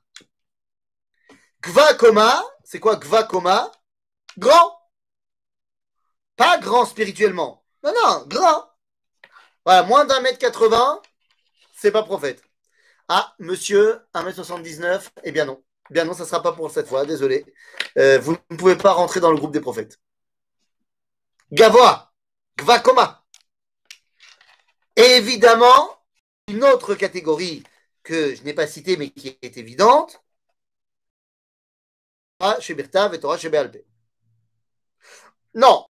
Gvakoma, c'est quoi Gvakoma? Grand. Pas grand spirituellement. Non, non, grand. Voilà, moins d'1m80, c'est pas prophète. Ah, monsieur, 1m79, eh bien non. Eh bien non, ça ne sera pas pour cette fois, désolé. Vous ne pouvez pas rentrer dans le groupe des prophètes. Gavoa, Gvakoma. Et évidemment, une autre catégorie que je n'ai pas citée mais qui est évidente, Torah chez Bertav et Torah chez Béalpé. Non.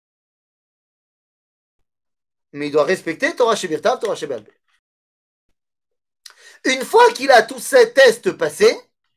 Mais il doit respecter Torah Shebirtav, Torah Shebal. Une fois qu'il a tous ces tests passés,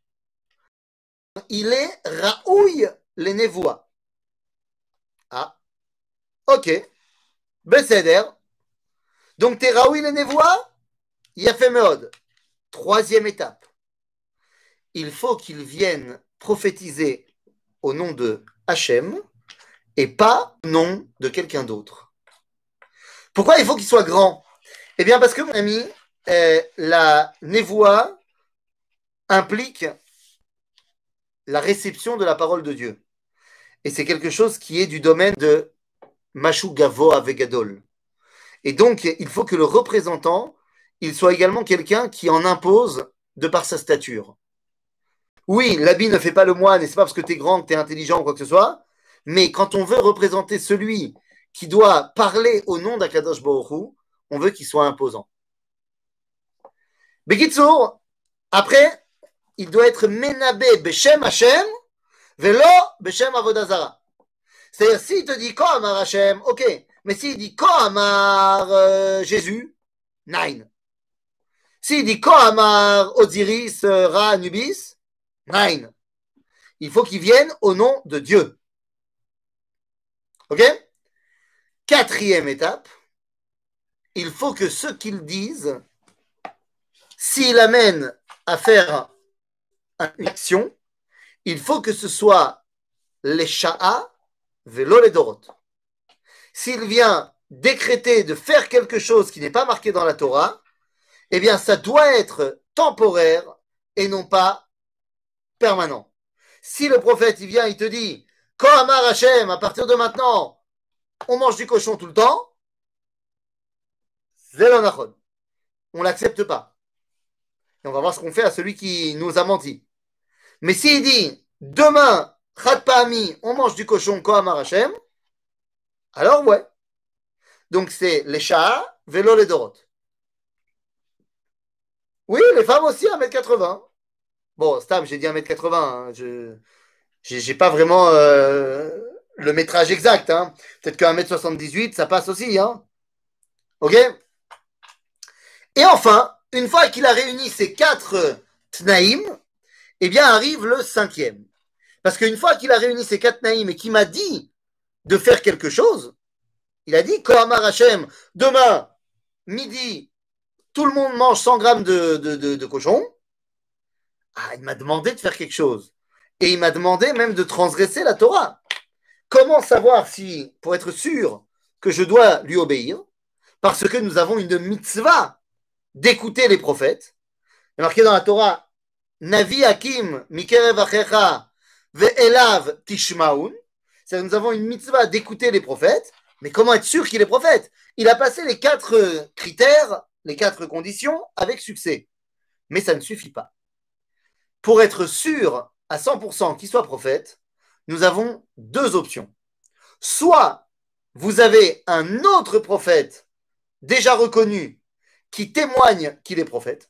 il est Raouille les Nevoa. Ah, ok. Besséder. Donc t'es Raouille les Nevoa, il a fait Meod. Troisième étape. Il faut qu'il vienne prophétiser au nom de Hachem et pas au nom de quelqu'un d'autre. Pourquoi il faut qu'il soit grand? Eh bien parce que mon ami, la Nevoa implique la réception de la parole de Dieu. Et c'est quelque chose qui est du domaine de Mashu Gavo Avegadol. Et donc, il faut que le représentant, il soit également quelqu'un qui en impose de par sa stature. Oui, l'habit ne fait pas le moine, et c'est pas parce que tu es grand, que tu es intelligent ou quoi que ce soit, mais quand on veut représenter celui qui doit parler au nom d'Akadosh Baruch Hu, on veut qu'il soit imposant. Bekitsour, après, il doit être menabé Beshem Hashem, velo Beshem Avodazara. C'est-à-dire, s'il te dit Ko Amar Hashem, ok, mais s'il dit Ko Amar Jésus, nine. S'il dit Ko Amar Osiris Ra Anubis, nine. Il faut qu'il vienne au nom de Dieu. Ok? Quatrième étape, il faut que ce qu'il dise, s'il amène à faire une action, il faut que ce soit les sha'a velo les dorot. S'il vient décréter de faire quelque chose qui n'est pas marqué dans la Torah, eh bien, ça doit être temporaire et non pas permanent. Si le prophète, il vient, il te dit, Ko Amar Hashem, à partir de maintenant, on mange du cochon tout le temps, Zelonachon. On ne l'accepte pas. Et on va voir ce qu'on fait à celui qui nous a menti. Mais s'il dit, demain, Chad Pahami, on mange du cochon Ko Amar Hashem, alors ouais. Donc c'est les Sha'a, vélo les Dorot. Oui, les femmes aussi, 1m80. Bon, Stam, j'ai dit 1m80. Hein. J'ai pas vraiment le métrage exact. Hein. Peut-être qu'un 1m78, ça passe aussi. Hein. OK? Et enfin, une fois qu'il a réuni ces 4 Tnaïm, eh bien arrive le 5e. Parce qu'une fois qu'il a réuni ces 4 Tnaïm et qu'il m'a dit de faire quelque chose, il a dit Kohamar Hashem, demain, midi, tout le monde mange 100 grammes de cochon. Ah, il m'a demandé de faire quelque chose. Et il m'a demandé même de transgresser la Torah. Comment savoir si, pour être sûr que je dois lui obéir, parce que nous avons une mitzvah d'écouter les prophètes. Il est marqué dans la Torah, Navi Hakim Mikerev Achecha Ve'elav Tishmaun. C'est-à-dire nous avons une mitzvah d'écouter les prophètes, mais comment être sûr qu'il est prophète? Il a passé les 4 critères, les 4 conditions avec succès. Mais ça ne suffit pas. Pour être sûr à 100% qu'il soit prophète, nous avons 2 options. Soit vous avez un autre prophète déjà reconnu qui témoigne qu'il est prophète.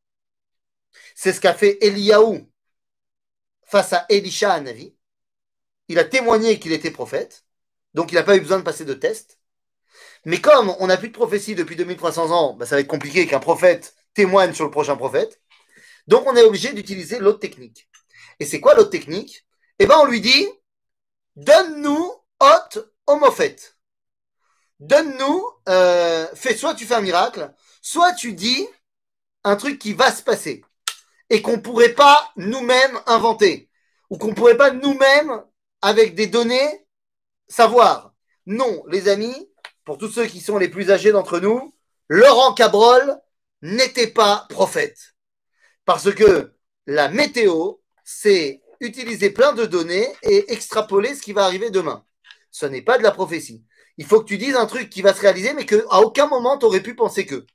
C'est ce qu'a fait Eliyahu face à Elisha Hanavi. Il a témoigné qu'il était prophète, donc il n'a pas eu besoin de passer de test. Mais comme on n'a plus de prophétie depuis 2300 ans, ça va être compliqué qu'un prophète témoigne sur le prochain prophète. Donc on est obligé d'utiliser l'autre technique. Et c'est quoi l'autre technique? Eh bien on lui dit, donne-nous hot homophète. Donne-nous, soit tu fais un miracle, soit tu dis un truc qui va se passer et qu'on ne pourrait pas nous-mêmes inventer ou qu'on ne pourrait pas nous-mêmes, avec des données, savoir. Non, les amis, pour tous ceux qui sont les plus âgés d'entre nous, Laurent Cabrol n'était pas prophète. Parce que la météo, c'est utiliser plein de données et extrapoler ce qui va arriver demain. Ce n'est pas de la prophétie. Il faut que tu dises un truc qui va se réaliser, mais qu'à aucun moment, tu aurais pu penser que.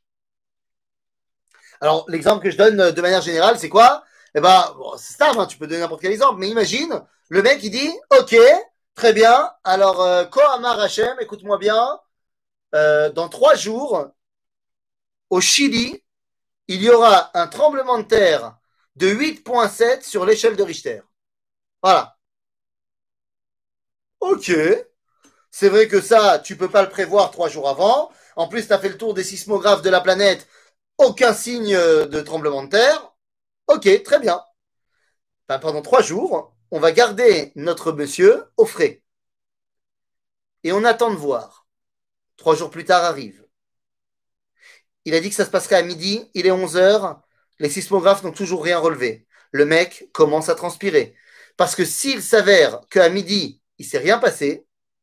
Alors, l'exemple que je donne de manière générale, c'est quoi? Eh ben, bon, c'est stable, hein, tu peux donner n'importe quel exemple, mais imagine, le mec, il dit, ok, très bien, alors, Ko Amar Hashem, écoute-moi bien, dans 3 jours, au Chili, il y aura un tremblement de terre de 8,7 sur l'échelle de Richter. Voilà. Ok. C'est vrai que ça, tu peux pas le prévoir 3 jours avant. En plus, tu as fait le tour des sismographes de la planète, aucun signe de tremblement de terre. Ok, très bien. Ben, pendant 3 jours, on va garder notre monsieur au frais. Et on attend de voir. 3 jours plus tard arrive. Il a dit que ça se passerait à midi, il est 11 heures, les sismographes n'ont toujours rien relevé. Le mec commence à transpirer. Parce que s'il s'avère qu'à midi, il ne s'est rien passé,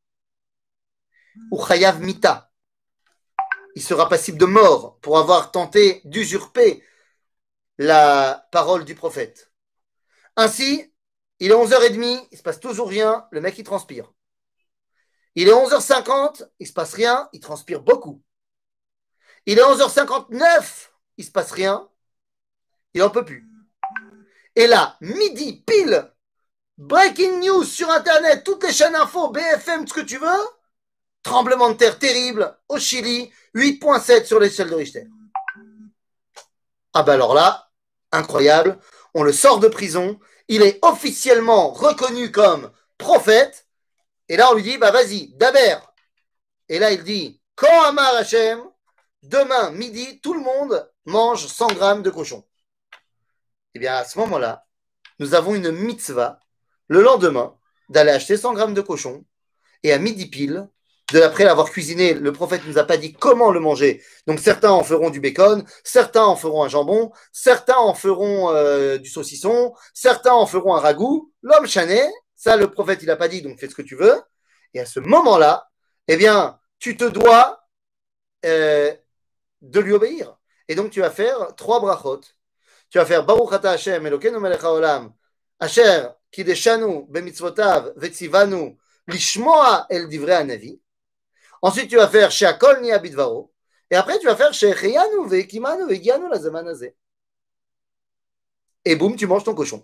ou Chayav Mita, il sera passible de mort pour avoir tenté d'usurper la parole du prophète. Ainsi, il est 11h30, il ne se passe toujours rien, le mec il transpire. Il est 11h50, il ne se passe rien, il transpire beaucoup. Il est 11h59, il ne se passe rien, il n'en peut plus. Et là, midi pile, breaking news sur Internet, toutes les chaînes info, BFM, ce que tu veux, tremblement de terre terrible au Chili, 8,7 sur l'échelle de Richter. Ah ben alors là, incroyable, on le sort de prison, il est officiellement reconnu comme prophète, et là on lui dit, bah vas-y, Daber. Et là il dit, quand Amar Hashem, demain midi, tout le monde mange 100 grammes de cochon. Et bien à ce moment-là, nous avons une mitzvah, le lendemain, d'aller acheter 100 grammes de cochon, et à midi pile, après l'avoir cuisiné, le prophète ne nous a pas dit comment le manger. Donc certains en feront du bacon, certains en feront un jambon, certains en feront du saucisson, certains en feront un ragoût. L'homme chané, ça le prophète il n'a pas dit, donc fais ce que tu veux. Et à ce moment-là, eh bien, tu te dois de lui obéir. Et donc tu vas faire 3 brachot. Tu vas faire Baruch ata Hashem Elokeinu melech haolam asher kideshanu bemitzvotav vetzivanu lishmoa el divrei hanavi. Ensuite, tu vas faire Sheakol ni abidvaro. Et après, tu vas faire Shecheyanu ve'ekimanu ve'gianu la zaman hazeh. Et boum, tu manges ton cochon.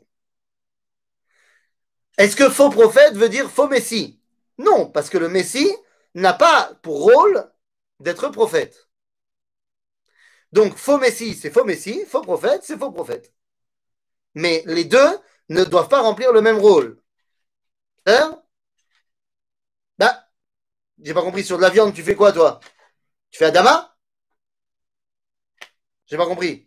Est-ce que faux prophète veut dire faux messie? Non, parce que le messie n'a pas pour rôle d'être prophète. Donc, faux messie, c'est faux messie, faux prophète, c'est faux prophète. Mais les deux ne doivent pas remplir le même rôle. Hein? Bah, j'ai pas compris. Sur de la viande, tu fais quoi, toi? Tu fais Adama? J'ai pas compris.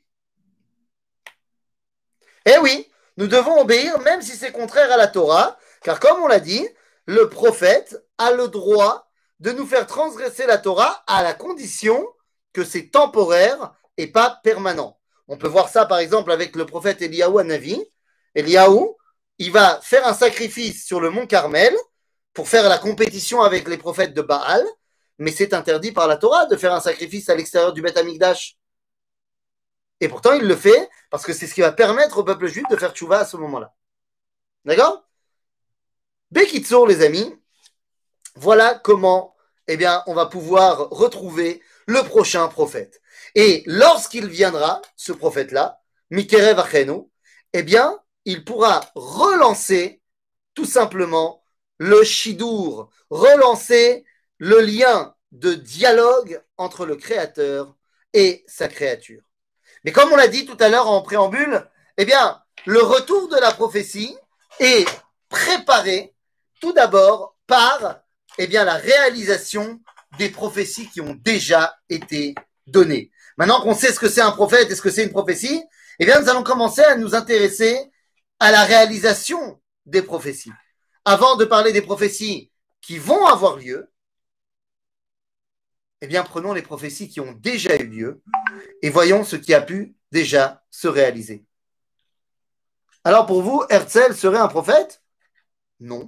Eh oui, nous devons obéir même si c'est contraire à la Torah, car comme on l'a dit, le prophète a le droit de nous faire transgresser la Torah à la condition que c'est temporaire et pas permanent. On peut voir ça par exemple avec le prophète Eliyahu Hanavi. Eliyahu, il va faire un sacrifice sur le mont Carmel pour faire la compétition avec les prophètes de Baal, mais c'est interdit par la Torah de faire un sacrifice à l'extérieur du Beth Amikdash. Et pourtant, il le fait parce que c'est ce qui va permettre au peuple juif de faire tchouva à ce moment-là. D'accord? Bekitsour, les amis, voilà comment eh bien, on va pouvoir retrouver le prochain prophète. Et lorsqu'il viendra, ce prophète-là, Mikerev Achenu, eh bien, il pourra relancer tout simplement le shidour, relancer le lien de dialogue entre le Créateur et sa créature. Mais comme on l'a dit tout à l'heure en préambule, eh bien, le retour de la prophétie est préparé tout d'abord par eh bien, la réalisation des prophéties qui ont déjà été données. Maintenant qu'on sait ce que c'est un prophète et ce que c'est une prophétie, eh bien, nous allons commencer à nous intéresser à la réalisation des prophéties. Avant de parler des prophéties qui vont avoir lieu, eh bien, prenons les prophéties qui ont déjà eu lieu et voyons ce qui a pu déjà se réaliser. Alors pour vous, Herzl serait un prophète? Non.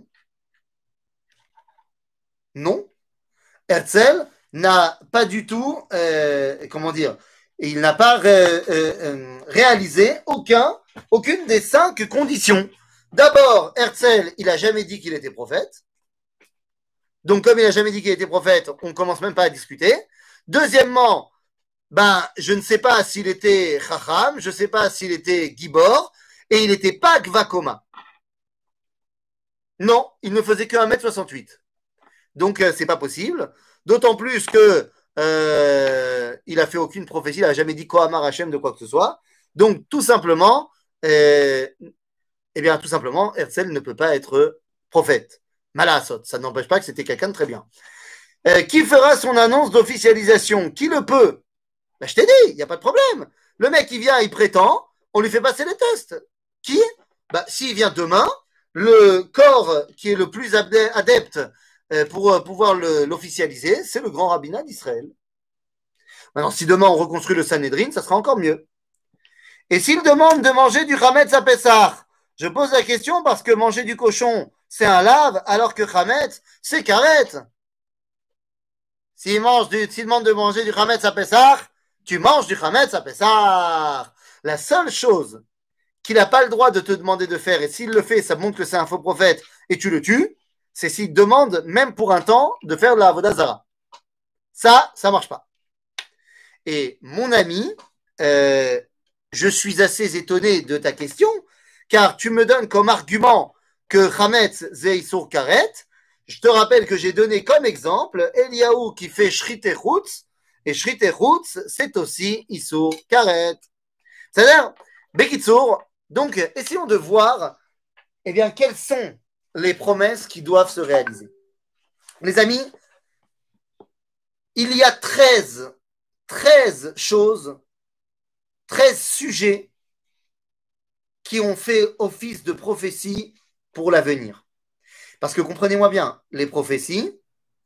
Non. Herzl n'a pas du tout, comment dire, il n'a pas réalisé aucune des 5 conditions. D'abord, Herzl, il n'a jamais dit qu'il était prophète. Donc, comme il n'a jamais dit qu'il était prophète, on ne commence même pas à discuter. Deuxièmement, je ne sais pas s'il était Chacham, je ne sais pas s'il était Gibor, et il n'était pas Gvakoma. Non, il ne faisait que 1m68. Donc, c'est pas possible. D'autant plus que il a fait aucune prophétie, il n'a jamais dit Kohamar Hashem de quoi que ce soit. Donc, tout simplement, Herzl ne peut pas être prophète. Malasot, ça n'empêche pas que c'était quelqu'un de très bien. Qui fera son annonce d'officialisation? Qui le peut? Ben, je t'ai dit, il n'y a pas de problème. Le mec, il vient, il prétend, on lui fait passer les tests. Qui? Ben, s'il vient demain, le corps qui est le plus adepte pour pouvoir l'officialiser, c'est le grand rabbinat d'Israël. Maintenant, si demain on reconstruit le Sanhédrin, ça sera encore mieux. Et s'il demande de manger du Hametz à Pessah, je pose la question parce que manger du cochon, c'est un lave, alors que Hametz, c'est carrette. S'il demande de manger du Hametz à Pessah, tu manges du Hametz à Pessah. La seule chose qu'il n'a pas le droit de te demander de faire, et s'il le fait, ça montre que c'est un faux prophète, et tu le tues, c'est s'il demande, même pour un temps, de faire de la Avodah Zara. Ça marche pas. Et mon ami, je suis assez étonné de ta question, car tu me donnes comme argument que Hametz c'est Issour Karet. Je te rappelle que j'ai donné comme exemple Eliaou qui fait Shrit Echutz, et Shrit Echutz, c'est aussi Issour Karet. C'est-à-dire, Bekitsour, donc essayons de voir eh bien, quelles sont les promesses qui doivent se réaliser. Les amis, il y a 13 choses, 13 sujets qui ont fait office de prophétie pour l'avenir. Parce que comprenez-moi bien, les prophéties,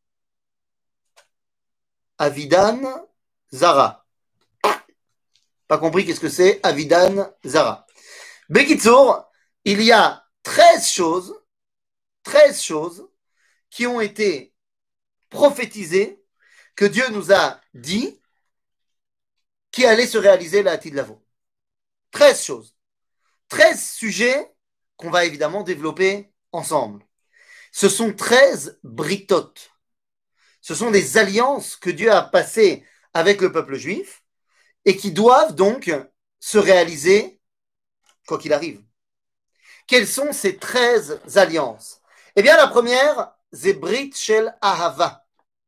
Avidan, Zara. Pas compris qu'est-ce que c'est Avidan, Zara. Bekitsour, il y a 13 choses qui ont été prophétisées, que Dieu nous a dit, qui allaient se réaliser la Hatid Lavo. 13 choses. 13 sujets qu'on va évidemment développer ensemble. Ce sont 13 britotes. Ce sont des alliances que Dieu a passées avec le peuple juif et qui doivent donc se réaliser quoi qu'il arrive. Quelles sont ces 13 alliances? Eh bien, la première, c'est Brit Shel Ahava.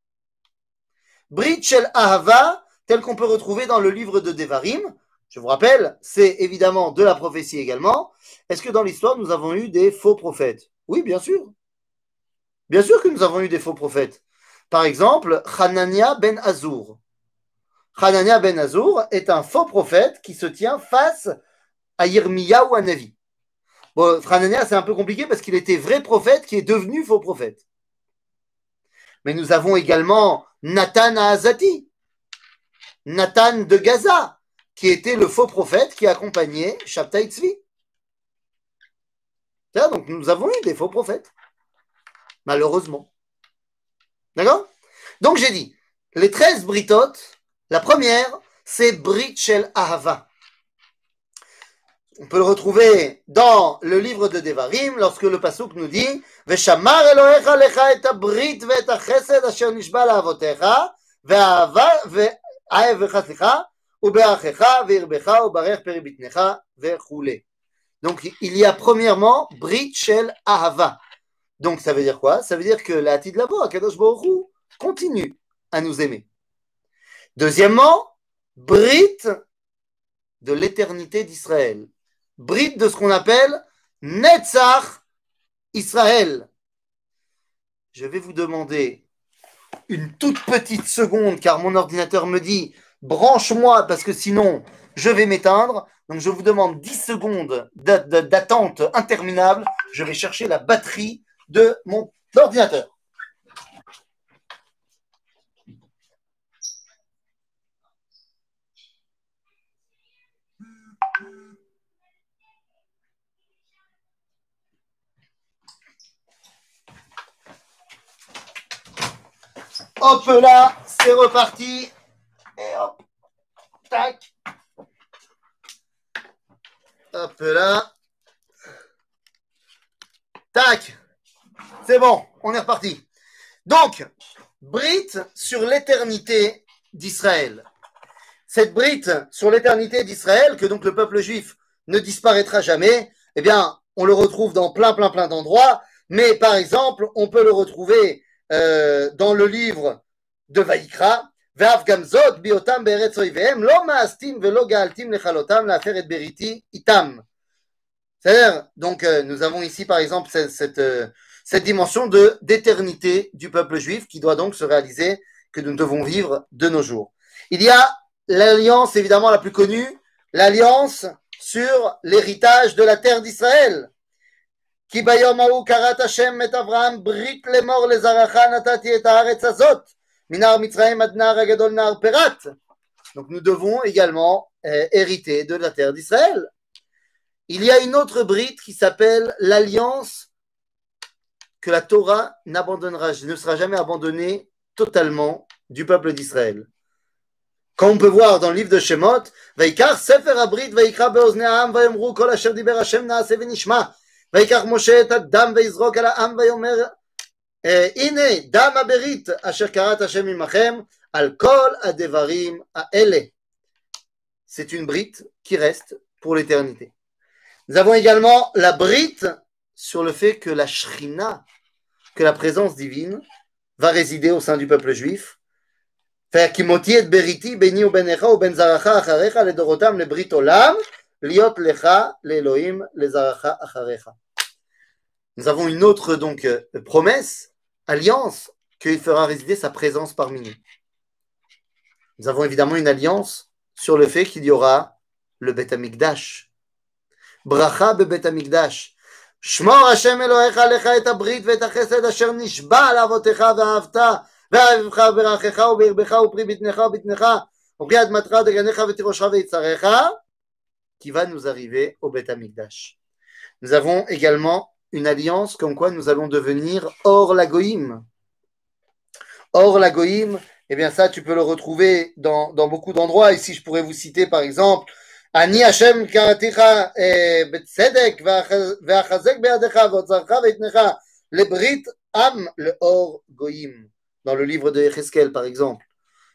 Brit Shel Ahava, tel qu'on peut retrouver dans le livre de Devarim. Je vous rappelle, c'est évidemment de la prophétie également. Est-ce que dans l'histoire, nous avons eu des faux prophètes? Oui, bien sûr. Bien sûr que nous avons eu des faux prophètes. Par exemple, Hanania ben Azour. Hanania ben Azour est un faux prophète qui se tient face à Yirmiya ou à Navi. Bon, Hanania, c'est un peu compliqué parce qu'il était vrai prophète qui est devenu faux prophète. Mais nous avons également Nathan à Azati, Nathan de Gaza, qui était le faux prophète qui accompagnait Shabtai Tzvi. Donc nous avons eu des faux prophètes. Malheureusement. D'accord? Donc j'ai dit, les 13 britotes, la première, c'est Brit Shel Ahava. On peut le retrouver dans le livre de Devarim, lorsque le pasuk nous dit Veshamar Elohecha lecha et abrit ve'et hachesed asher nishba la'avotecha ve'ahevecha slicha ube'achecha ve'irbecha ubarech peri bitnecha ve'chule. Donc il y a premièrement Brit Shel Ahava. Donc ça veut dire quoi? Ça veut dire que la Hatid Lavo, Akadosh Baruch Hu, continue à nous aimer. Deuxièmement, Brit de l'éternité d'Israël. Brit de ce qu'on appelle Netzach Israël. Je vais vous demander une toute petite seconde car mon ordinateur me dit branche-moi parce que sinon je vais m'éteindre. Donc je vous demande 10 secondes d'attente interminable. Je vais chercher la batterie de mon ordinateur. Hop là, c'est reparti. Et hop, tac. Hop là. Tac. C'est bon, on est reparti. Donc, Brit sur l'éternité d'Israël. Cette Brit sur l'éternité d'Israël, que donc le peuple juif ne disparaîtra jamais, eh bien, on le retrouve dans plein d'endroits. Mais par exemple, on peut le retrouver dans le livre de Vaïkra, ואף גם זאת בהיותם בארץ אויביהם לא מאסתים ולא גאלתים לכלותם להפר את בריתי איתם. C'est-à-dire, donc, nous avons ici, par exemple, cette dimension d'éternité du peuple juif qui doit donc se réaliser, que nous devons vivre de nos jours. Il y a l'alliance, évidemment, la plus connue, l'alliance sur l'héritage de la terre d'Israël. כי ביום ההוא כרת השם את אברהם ברית לאמור לזרעך נתתי את הארץ הזאת מנהר מצרים עד נהר הגדול נהר פרת. Donc nous devons également hériter de la terre d'Israël. Il y a une autre brite qui s'appelle l'alliance que la Torah ne sera jamais abandonnée totalement du peuple d'Israël. Quand on peut voir dans le livre de Shemot, Vaikar Sefer Abrit Vaikra Beoznei Ha'am Vayomru Kol Asher Diber Hashem Naaseh Venishma. ויקח משה את הדם ויזרוק על העם ויאמר הנה דם הברית אשר כרת השם עמכם על כל הדברים האלה. C'est une brite qui reste pour l'éternité. Nous avons également la brite sur le fait que la Shrina, que la présence divine, va résider au sein du peuple juif. כי מותי את בריתי ביני וביניך ובין זרעך אחריך לדורותם לברית עולם להיות לך לאלוהים לזרעך אחריך. Nous avons une autre donc promesse, alliance, qu'il fera résider sa présence parmi nous. Nous avons évidemment une alliance sur le fait qu'il y aura le Bet Amikdash. Bracha be Bet Amikdash. שמור השם אלוהיך לך את הברית ואת החסד אשר נשבע לאבותיך ואהבת ואהבך וברכך ובירבך ופרי בטנך ובטנך ופרי אדמתך ודגנך ותירושך ויצריך qui va nous arriver au Bet Amikdash. Nous avons également une alliance comme quoi nous allons devenir hors la Goïm. Hors la Goïm, eh bien ça tu peux le retrouver dans beaucoup d'endroits. Ici je pourrais vous citer par exemple Ani Hashem karaticha betzedek ve'achazek be'adecha ve'otzarcha ve'itnecha lebrit am le hors Goïm. Dans le livre de Yecheskel par exemple.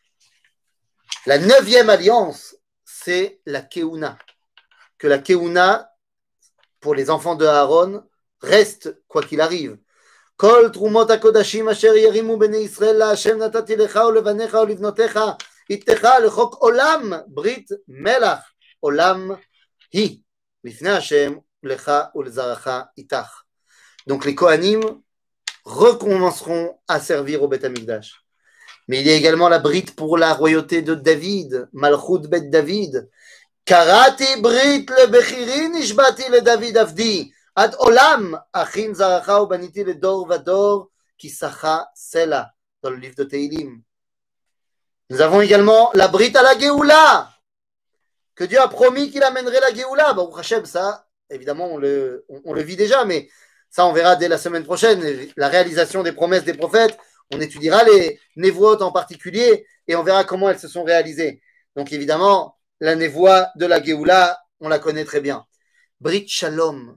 La 9e alliance, c'est la Keuna. Que la Keuna, pour les enfants de Aaron, reste quoi qu'il arrive. Kol trumot hakodashim asher yerimu bnei Israël la Hashem natati lecha ulevanecha ulivnotecha ittecha lechok olam brit melach olam hi lifnei Hashem lecha ulezaracha itach. Donc les Kohanim recommenceront à servir au Beth Amikdash. Mais il y a également la brite pour la royauté de David, Malchut Bet David. Karati brit lebechiri nishbati le David avdi. Ad olam achin zaracha ubaniti le dor vador kisacha sela dans le livre de Teilim. Nous avons également la brite à la Géoula que Dieu a promis qu'il amènerait la Géoula. Baruch Hashem, ça évidemment on le vit déjà, mais ça on verra dès la semaine prochaine la réalisation des promesses des prophètes. On étudiera les névoites en particulier et on verra comment elles se sont réalisées. Donc évidemment la névoie de la Géoula on la connaît très bien. Brit Shalom.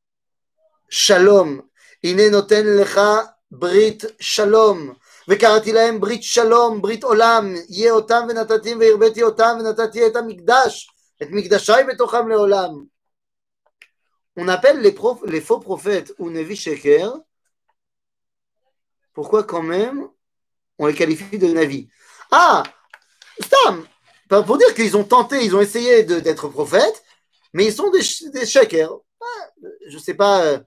Shalom. Ine noten lecha brit shalom. וקראתי להם ברית שלום, ברית עולם, יהיה אותם ונתתים והרביתי אותם ונתתי את המקדש, את מקדשי בתוכם לעולם. On appelle les faux prophètes ou Nevi Sheker. Pourquoi quand même on les qualifie de Navi? Ah, Stam, pour dire qu'ils ont tenté, ils ont essayé d'être prophètes, mais ils sont des Sheker. Je sais pas,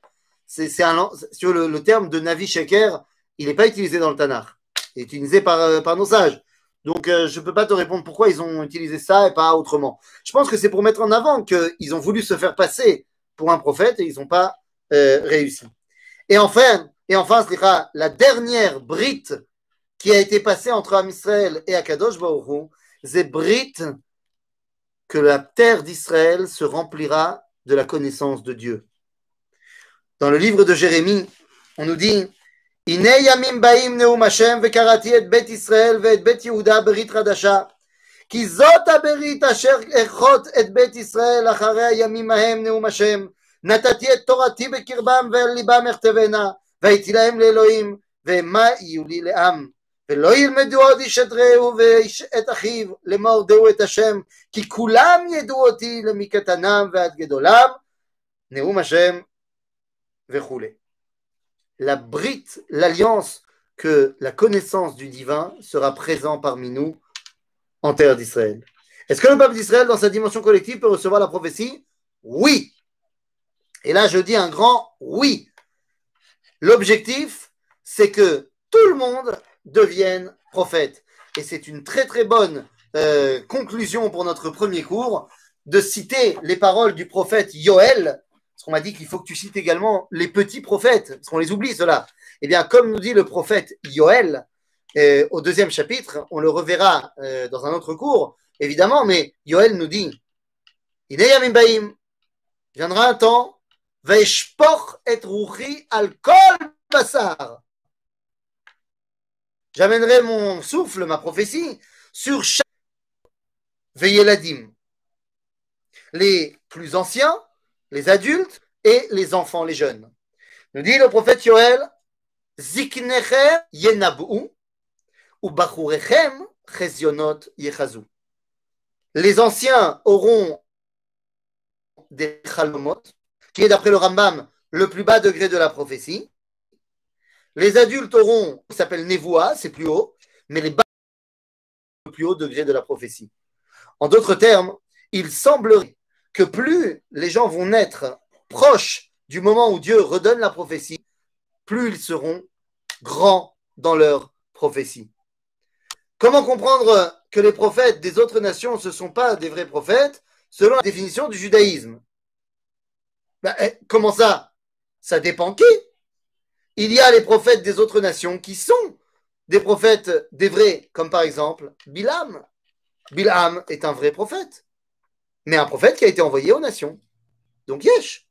sur le terme de Navi Sheker, il n'est pas utilisé dans le Tanakh. Il est utilisé par nos sages. Donc, je ne peux pas te répondre pourquoi ils ont utilisé ça et pas autrement. Je pense que c'est pour mettre en avant qu'ils ont voulu se faire passer pour un prophète et ils n'ont pas réussi. Et enfin, la dernière brite qui a été passée entre Am Israël et Akadosh Baruch Hu, c'est brite que la terre d'Israël se remplira de la connaissance de Dieu. Dans le livre de Jérémie, on nous dit הנה ימים באים נאום השם וקראתי את בית ישראל ואת בית יהודה ברית חדשה כי זאת הברית אשר אכרות את בית ישראל אחרי הימים ההם נאום השם נתתי את תורתי בקרבם ואל ליבם אכתבנה והייתי להם לאלוהים ומה יהיו לי לעם ולא ילמדו עוד איש את רעהו ואיש את אחיו לאמור דעו את השם כי כולם ידעו אותי מקטנם ועד גדולם נאום השם וכו'. La brite, l'alliance que la connaissance du divin sera présent parmi nous en terre d'Israël. Est-ce que le peuple d'Israël, dans sa dimension collective, peut recevoir la prophétie? Oui. Et là, je dis un grand oui. L'objectif, c'est que tout le monde devienne prophète. Et c'est une très très bonne conclusion pour notre premier cours de citer les paroles du prophète Yoël, parce qu'on m'a dit qu'il faut que tu cites également les petits prophètes, parce qu'on les oublie cela. Eh bien, comme nous dit le prophète Yoël, au 2e chapitre, on le reverra dans un autre cours, évidemment, mais Yoël nous dit, Ineyamim Baim, viendra un temps, Vaishpoch et ruchi al kol basar. J'amènerai mon souffle, ma prophétie, sur chaque Veyeladim, les plus anciens, les adultes et les enfants, les jeunes. Nous dit le prophète Yoël, Ziknechem yenabu, ou bachurechem chezionot yechazu. Les anciens auront des chalomot, qui est d'après le Rambam le plus bas degré de la prophétie. Les adultes auront, ça s'appelle Nevoa, c'est plus haut, mais les bas, le plus haut degré de la prophétie. En d'autres termes, il semblerait que plus les gens vont naître proches du moment où Dieu redonne la prophétie, plus ils seront grands dans leur prophétie. Comment comprendre que les prophètes des autres nations ne sont pas des vrais prophètes selon la définition du judaïsme? Comment ça? Ça dépend qui? Il y a les prophètes des autres nations qui sont des prophètes des vrais, comme par exemple Bilam. Bilam est un vrai prophète, mais un prophète qui a été envoyé aux nations. Donc Yesh.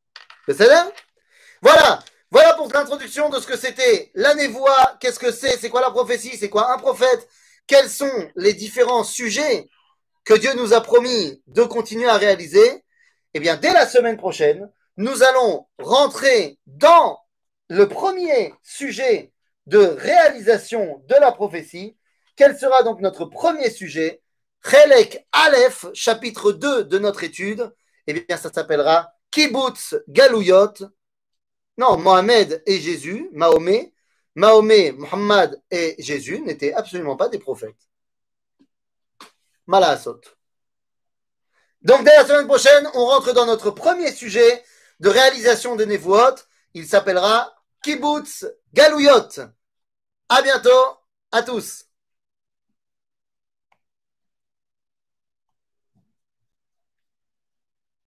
Voilà. Voilà pour l'introduction de ce que c'était la névoie. Qu'est-ce que c'est quoi la prophétie? C'est quoi un prophète? Quels sont les différents sujets que Dieu nous a promis de continuer à réaliser? Eh bien, dès la semaine prochaine, nous allons rentrer dans le premier sujet de réalisation de la prophétie. Quel sera donc notre premier sujet? Chelek Aleph, chapitre 2 de notre étude. Eh bien, ça s'appellera Kibbutz Galouyot. Non, Mohamed et Jésus, Mahomet, Mohammed et Jésus n'étaient absolument pas des prophètes. Malaasot. Donc, dès la semaine prochaine, on rentre dans notre premier sujet de réalisation des Nevuot. Il s'appellera Kibbutz Galouyot. À bientôt, à tous.